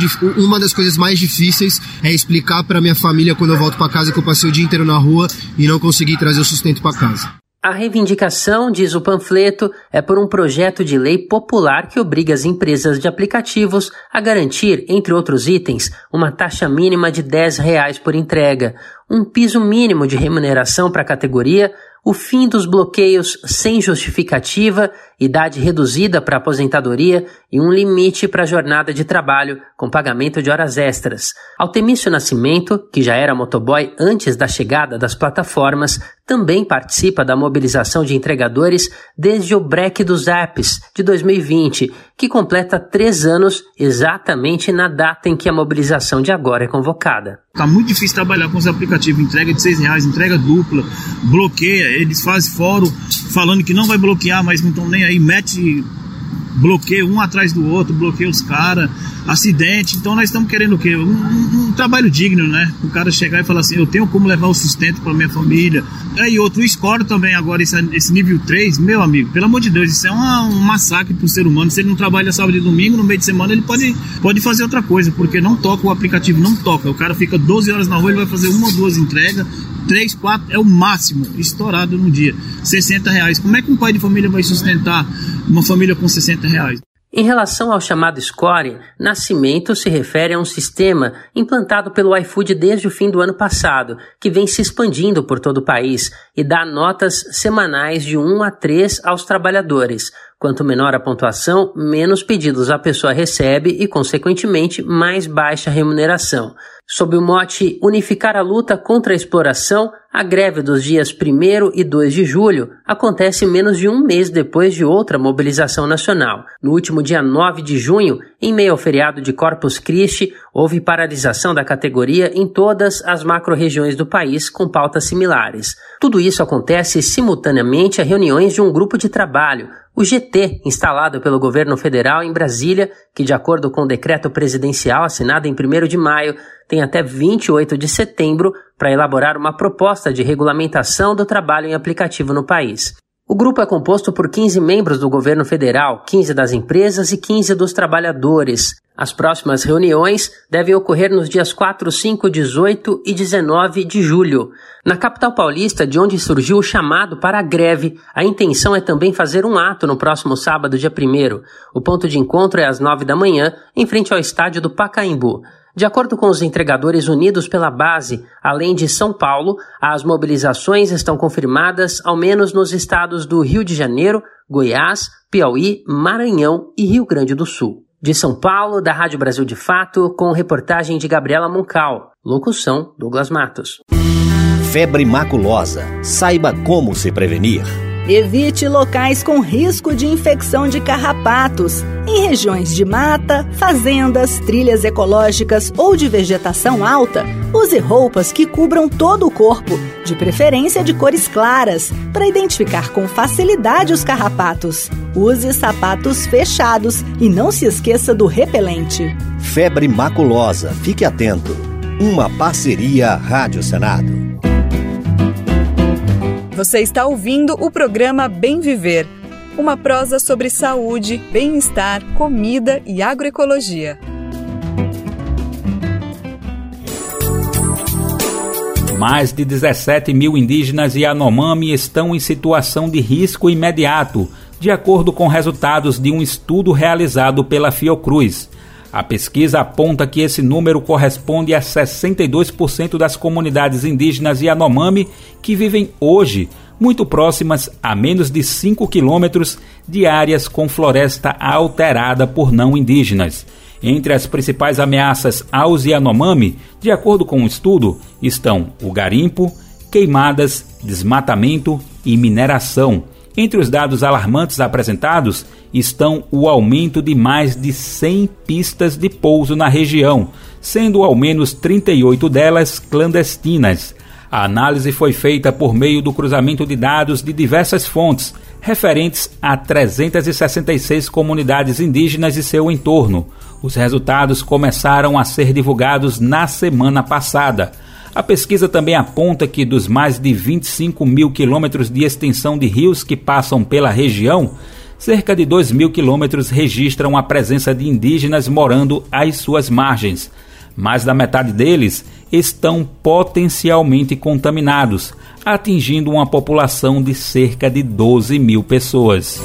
[SPEAKER 22] uma das coisas mais difíceis é explicar para minha família quando eu volto para casa que eu passei o dia inteiro na rua e não consegui trazer o sustento para casa.
[SPEAKER 21] A reivindicação, diz o panfleto, é por um projeto de lei popular que obriga as empresas de aplicativos a garantir, entre outros itens, uma taxa mínima de R$10 por entrega, um piso mínimo de remuneração para a categoria, o fim dos bloqueios sem justificativa, idade reduzida para aposentadoria e um limite para a jornada de trabalho com pagamento de horas extras. Altemício Nascimento, que já era motoboy antes da chegada das plataformas, também participa da mobilização de entregadores desde o break dos apps de 2020, que completa 3 anos exatamente na data em que a mobilização de agora é convocada.
[SPEAKER 23] Tá muito difícil trabalhar com os aplicativos, entrega de R$6, entrega dupla, bloqueia, eles fazem fórum falando que não vai bloquear, mas não estão nem aí, mete bloqueio um atrás do outro, bloqueia os caras, acidente. Então nós estamos querendo o quê? Um trabalho digno, né? O cara chegar e falar assim, eu tenho como levar o sustento para minha família. E outro, o score também agora, esse nível 3, meu amigo, pelo amor de Deus, isso é um massacre pro ser humano. Se ele não trabalha sábado e domingo, no meio de semana ele pode fazer outra coisa, porque não toca, o aplicativo não toca. O cara fica 12 horas na rua, ele vai fazer 1 ou 2 entregas, 3, 4 é o máximo, estourado no dia. R$60. Como é que um pai de família vai sustentar uma família com R$60?
[SPEAKER 21] Em relação ao chamado score, Nascimento se refere a um sistema implantado pelo iFood desde o fim do ano passado, que vem se expandindo por todo o país e dá notas semanais de 1 a 3 aos trabalhadores. Quanto menor a pontuação, menos pedidos a pessoa recebe e, consequentemente, mais baixa remuneração. Sob o mote Unificar a luta contra a exploração, a greve dos dias 1º e 2 de julho acontece menos de um mês depois de outra mobilização nacional. No último dia 9 de junho, em meio ao feriado de Corpus Christi, houve paralisação da categoria em todas as macro-regiões do país com pautas similares. Tudo isso acontece simultaneamente a reuniões de um grupo de trabalho, o GT, instalado pelo governo federal em Brasília, que, de acordo com o decreto presidencial assinado em 1º de maio, tem até 28 de setembro para elaborar uma proposta de regulamentação do trabalho em aplicativo no país. O grupo é composto por 15 membros do governo federal, 15 das empresas e 15 dos trabalhadores. As próximas reuniões devem ocorrer nos dias 4, 5, 18 e 19 de julho. Na capital paulista, de onde surgiu o chamado para a greve, a intenção é também fazer um ato no próximo sábado, dia 1º. O ponto de encontro é às 9 da manhã, em frente ao estádio do Pacaembu. De acordo com os entregadores unidos pela Base, além de São Paulo, as mobilizações estão confirmadas ao menos nos estados do Rio de Janeiro, Goiás, Piauí, Maranhão e Rio Grande do Sul. De São Paulo, da Rádio Brasil de Fato, com reportagem de Gabriela Moncal. Locução, Douglas Matos.
[SPEAKER 24] Febre maculosa. Saiba como se prevenir.
[SPEAKER 25] Evite locais com risco de infecção de carrapatos. Em regiões de mata, fazendas, trilhas ecológicas ou de vegetação alta, use roupas que cubram todo o corpo, de preferência de cores claras, para identificar com facilidade os carrapatos. Use sapatos fechados e não se esqueça do repelente.
[SPEAKER 24] Febre maculosa. Fique atento. Uma parceria Rádio Senado.
[SPEAKER 1] Você está ouvindo o programa Bem Viver, uma prosa sobre saúde, bem-estar, comida e agroecologia.
[SPEAKER 2] Mais de 17 mil indígenas Yanomami estão em situação de risco imediato, de acordo com resultados de um estudo realizado pela Fiocruz. A pesquisa aponta que esse número corresponde a 62% das comunidades indígenas Yanomami que vivem hoje muito próximas a menos de 5 quilômetros de áreas com floresta alterada por não indígenas. Entre as principais ameaças aos Yanomami, de acordo com o estudo, estão o garimpo, queimadas, desmatamento e mineração. Entre os dados alarmantes apresentados estão o aumento de mais de 100 pistas de pouso na região, sendo ao menos 38 delas clandestinas. A análise foi feita por meio do cruzamento de dados de diversas fontes, referentes a 366 comunidades indígenas e seu entorno. Os resultados começaram a ser divulgados na semana passada. A pesquisa também aponta que dos mais de 25 mil quilômetros de extensão de rios que passam pela região, cerca de 2 mil quilômetros registram a presença de indígenas morando às suas margens. Mais da metade deles estão potencialmente contaminados, atingindo uma população de cerca de 12 mil pessoas.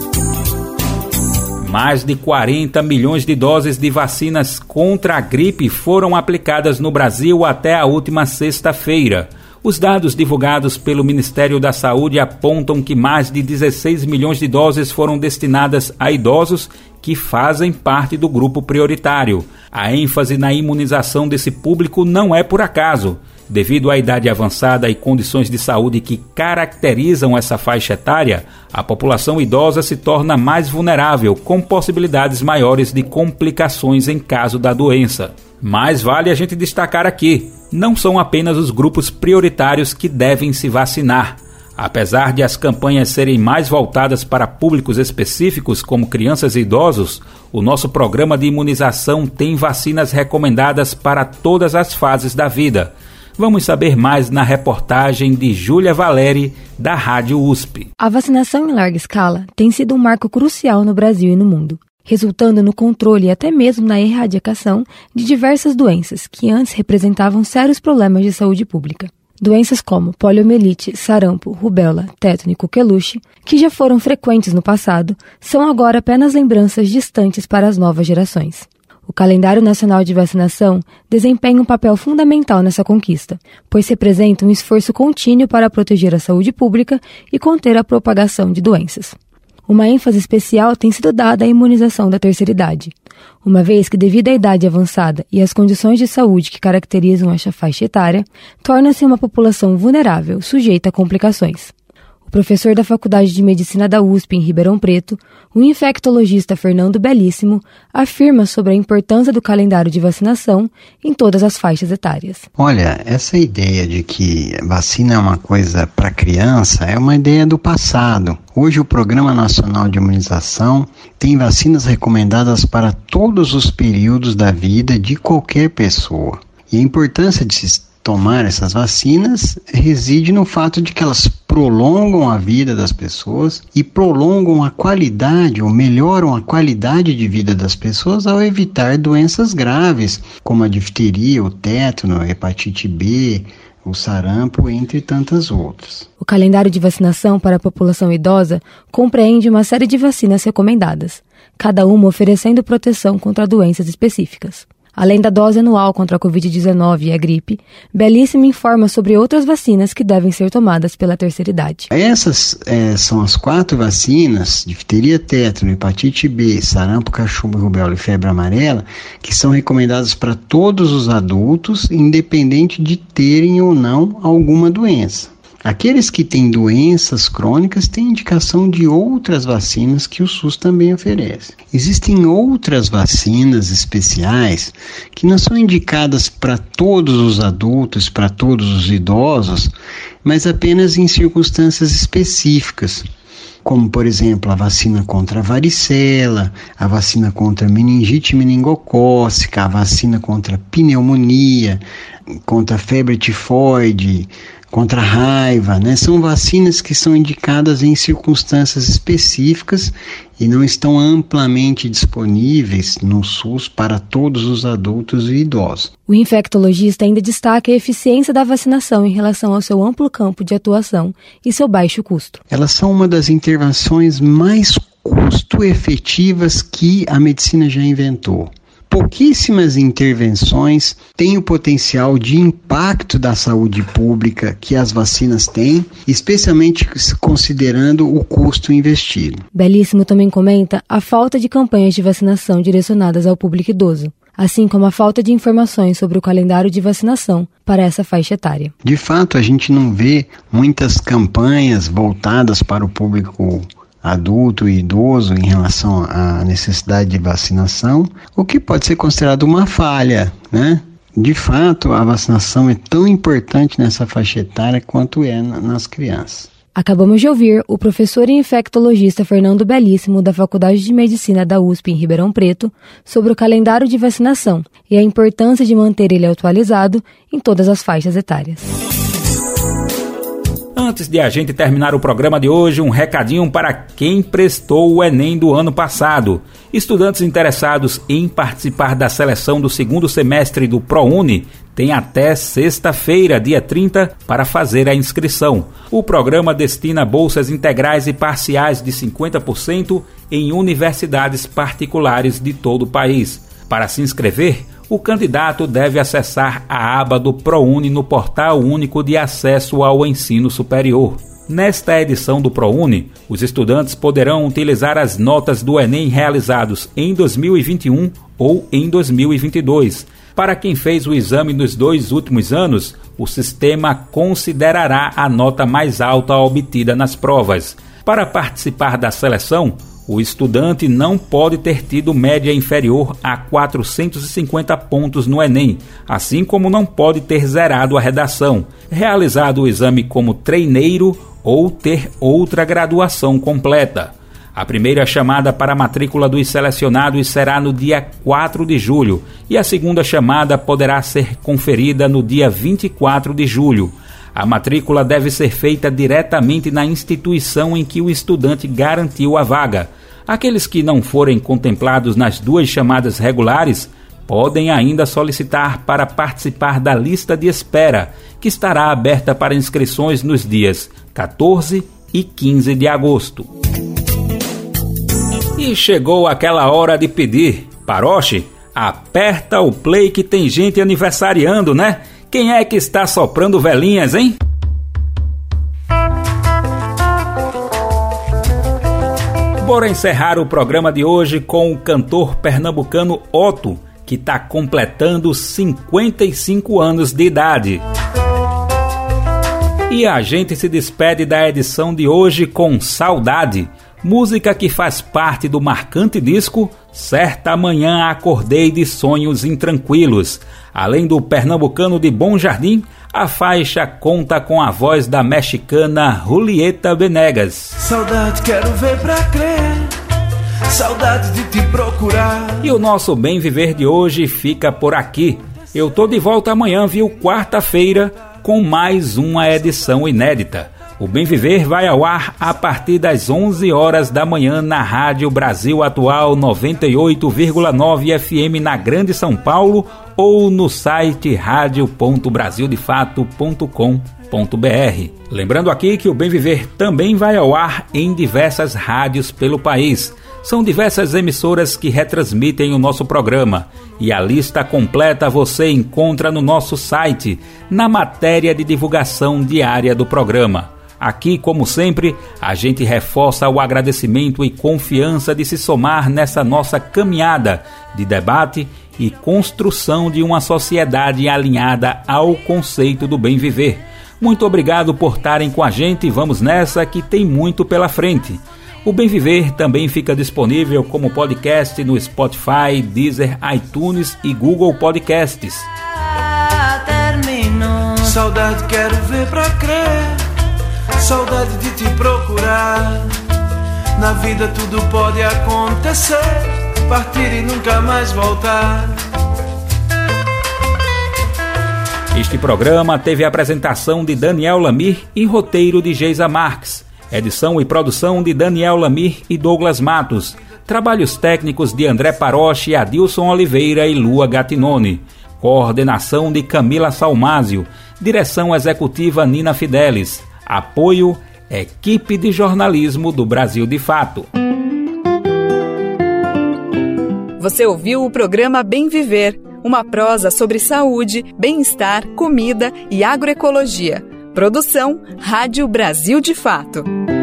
[SPEAKER 2] Mais de 40 milhões de doses de vacinas contra a gripe foram aplicadas no Brasil até a última sexta-feira. Os dados divulgados pelo Ministério da Saúde apontam que mais de 16 milhões de doses foram destinadas a idosos que fazem parte do grupo prioritário. A ênfase na imunização desse público não é por acaso. Devido à idade avançada e condições de saúde que caracterizam essa faixa etária, a população idosa se torna mais vulnerável, com possibilidades maiores de complicações em caso da doença. Mas vale a gente destacar aqui, não são apenas os grupos prioritários que devem se vacinar. Apesar de as campanhas serem mais voltadas para públicos específicos, como crianças e idosos, o nosso programa de imunização tem vacinas recomendadas para todas as fases da vida. Vamos saber mais na reportagem de Júlia Valeri, da Rádio USP.
[SPEAKER 3] A vacinação em larga escala tem sido um marco crucial no Brasil e no mundo, resultando no controle e até mesmo na erradicação de diversas doenças que antes representavam sérios problemas de saúde pública. Doenças como poliomielite, sarampo, rubéola, tétano e coqueluche, que já foram frequentes no passado, são agora apenas lembranças distantes para as novas gerações. O Calendário Nacional de Vacinação desempenha um papel fundamental nessa conquista, pois representa um esforço contínuo para proteger a saúde pública e conter a propagação de doenças. Uma ênfase especial tem sido dada à imunização da terceira idade, uma vez que, devido à idade avançada e às condições de saúde que caracterizam essa faixa etária, torna-se uma população vulnerável, sujeita a complicações. O professor da Faculdade de Medicina da USP em Ribeirão Preto, o infectologista Fernando Belíssimo, afirma sobre a importância do calendário de vacinação em todas as faixas etárias.
[SPEAKER 4] Olha, essa ideia de que vacina é uma coisa para criança é uma ideia do passado. Hoje o Programa Nacional de Imunização tem vacinas recomendadas para todos os períodos da vida de qualquer pessoa. E a importância de se tomar essas vacinas reside no fato de que elas prolongam a vida das pessoas e prolongam a qualidade ou melhoram a qualidade de vida das pessoas ao evitar doenças graves, como a difteria, o tétano, a hepatite B, o sarampo, entre tantas outras.
[SPEAKER 3] O calendário de vacinação para a população idosa compreende uma série de vacinas recomendadas, cada uma oferecendo proteção contra doenças específicas. Além da dose anual contra a Covid-19 e a gripe, Belíssimo informa sobre outras vacinas que devem ser tomadas pela terceira idade.
[SPEAKER 4] Essas são as 4 vacinas, difteria, tétano, hepatite B, sarampo, cachumba, rubéola e febre amarela, que são recomendadas para todos os adultos, independente de terem ou não alguma doença. Aqueles que têm doenças crônicas têm indicação de outras vacinas que o SUS também oferece. Existem outras vacinas especiais que não são indicadas para todos os adultos, para todos os idosos, mas apenas em circunstâncias específicas, como, por exemplo, a vacina contra a varicela, a vacina contra a meningite meningocócica, a vacina contra a pneumonia, contra a febre tifoide, contra a raiva, né? São vacinas que são indicadas em circunstâncias específicas e não estão amplamente disponíveis no SUS para todos os adultos e idosos.
[SPEAKER 3] O infectologista ainda destaca a eficiência da vacinação em relação ao seu amplo campo de atuação e seu baixo custo.
[SPEAKER 4] Elas são uma das intervenções mais custo-efetivas que a medicina já inventou. Pouquíssimas intervenções têm o potencial de impacto da saúde pública que as vacinas têm, especialmente considerando o custo investido.
[SPEAKER 3] Belíssimo também comenta a falta de campanhas de vacinação direcionadas ao público idoso, assim como a falta de informações sobre o calendário de vacinação para essa faixa etária.
[SPEAKER 4] De fato, a gente não vê muitas campanhas voltadas para o público adulto e idoso em relação à necessidade de vacinação, o que pode ser considerado uma falha, né? De fato, a vacinação é tão importante nessa faixa etária quanto é nas crianças.
[SPEAKER 3] Acabamos de ouvir o professor e infectologista Fernando Belíssimo, da Faculdade de Medicina da USP em Ribeirão Preto, sobre o calendário de vacinação e a importância de manter ele atualizado em todas as faixas etárias.
[SPEAKER 2] Antes de a gente terminar o programa de hoje, um recadinho para quem prestou o Enem do ano passado. Estudantes interessados em participar da seleção do segundo semestre do ProUni têm até sexta-feira, dia 30, para fazer a inscrição. O programa destina bolsas integrais e parciais de 50% em universidades particulares de todo o país. Para se inscrever, o candidato deve acessar a aba do ProUni no Portal Único de Acesso ao Ensino Superior. Nesta edição do ProUni, os estudantes poderão utilizar as notas do Enem realizados em 2021 ou em 2022. Para quem fez o exame nos 2 últimos anos, o sistema considerará a nota mais alta obtida nas provas. Para participar da seleção, o estudante não pode ter tido média inferior a 450 pontos no Enem, assim como não pode ter zerado a redação, realizado o exame como treineiro ou ter outra graduação completa. A primeira chamada para a matrícula dos selecionados será no dia 4 de julho e a segunda chamada poderá ser conferida no dia 24 de julho. A matrícula deve ser feita diretamente na instituição em que o estudante garantiu a vaga. Aqueles que não forem contemplados nas 2 chamadas regulares podem ainda solicitar para participar da lista de espera, que estará aberta para inscrições nos dias 14 e 15 de agosto. E chegou aquela hora de pedir. Paroche, aperta o play que tem gente aniversariando, né? Quem é que está soprando velhinhas, hein? Bora encerrar o programa de hoje com o cantor pernambucano Otto, que está completando 55 anos de idade. E a gente se despede da edição de hoje com Saudade, música que faz parte do marcante disco Certa Manhã Acordei de Sonhos Intranquilos. Além do pernambucano de Bom Jardim, a faixa conta com a voz da mexicana Julieta Venegas.
[SPEAKER 5] Saudade, quero ver pra crer, saudade de te procurar.
[SPEAKER 2] E o nosso Bem Viver de hoje fica por aqui. Eu tô de volta amanhã, viu? Quarta-feira, com mais uma edição inédita. O Bem Viver vai ao ar a partir das 11 horas da manhã na Rádio Brasil Atual 98,9 FM na Grande São Paulo ou no site radio.brasildefato.com.br. Lembrando aqui que o Bem Viver também vai ao ar em diversas rádios pelo país. São diversas emissoras que retransmitem o nosso programa e a lista completa você encontra no nosso site, na matéria de divulgação diária do programa. Aqui, como sempre, a gente reforça o agradecimento e confiança de se somar nessa nossa caminhada de debate e construção de uma sociedade alinhada ao conceito do bem viver. Muito obrigado por estarem com a gente e vamos nessa que tem muito pela frente. O Bem Viver também fica disponível como podcast no Spotify, Deezer, iTunes e Google Podcasts.
[SPEAKER 5] Saudade, quero ver pra crer, saudade de te procurar. Na vida tudo pode acontecer, partir e nunca mais voltar.
[SPEAKER 2] Este programa teve a apresentação de Daniel Lamir e roteiro de Geisa Marques. Edição e produção de Daniel Lamir e Douglas Matos. Trabalhos técnicos de André Paroche, Adilson Oliveira e Lua Gattinone. Coordenação de Camila Salmásio. Direção executiva Nina Fidelis. Apoio Equipe de Jornalismo do Brasil de Fato.
[SPEAKER 1] Você ouviu o programa Bem Viver, uma prosa sobre saúde, bem-estar, comida e agroecologia. Produção Rádio Brasil de Fato.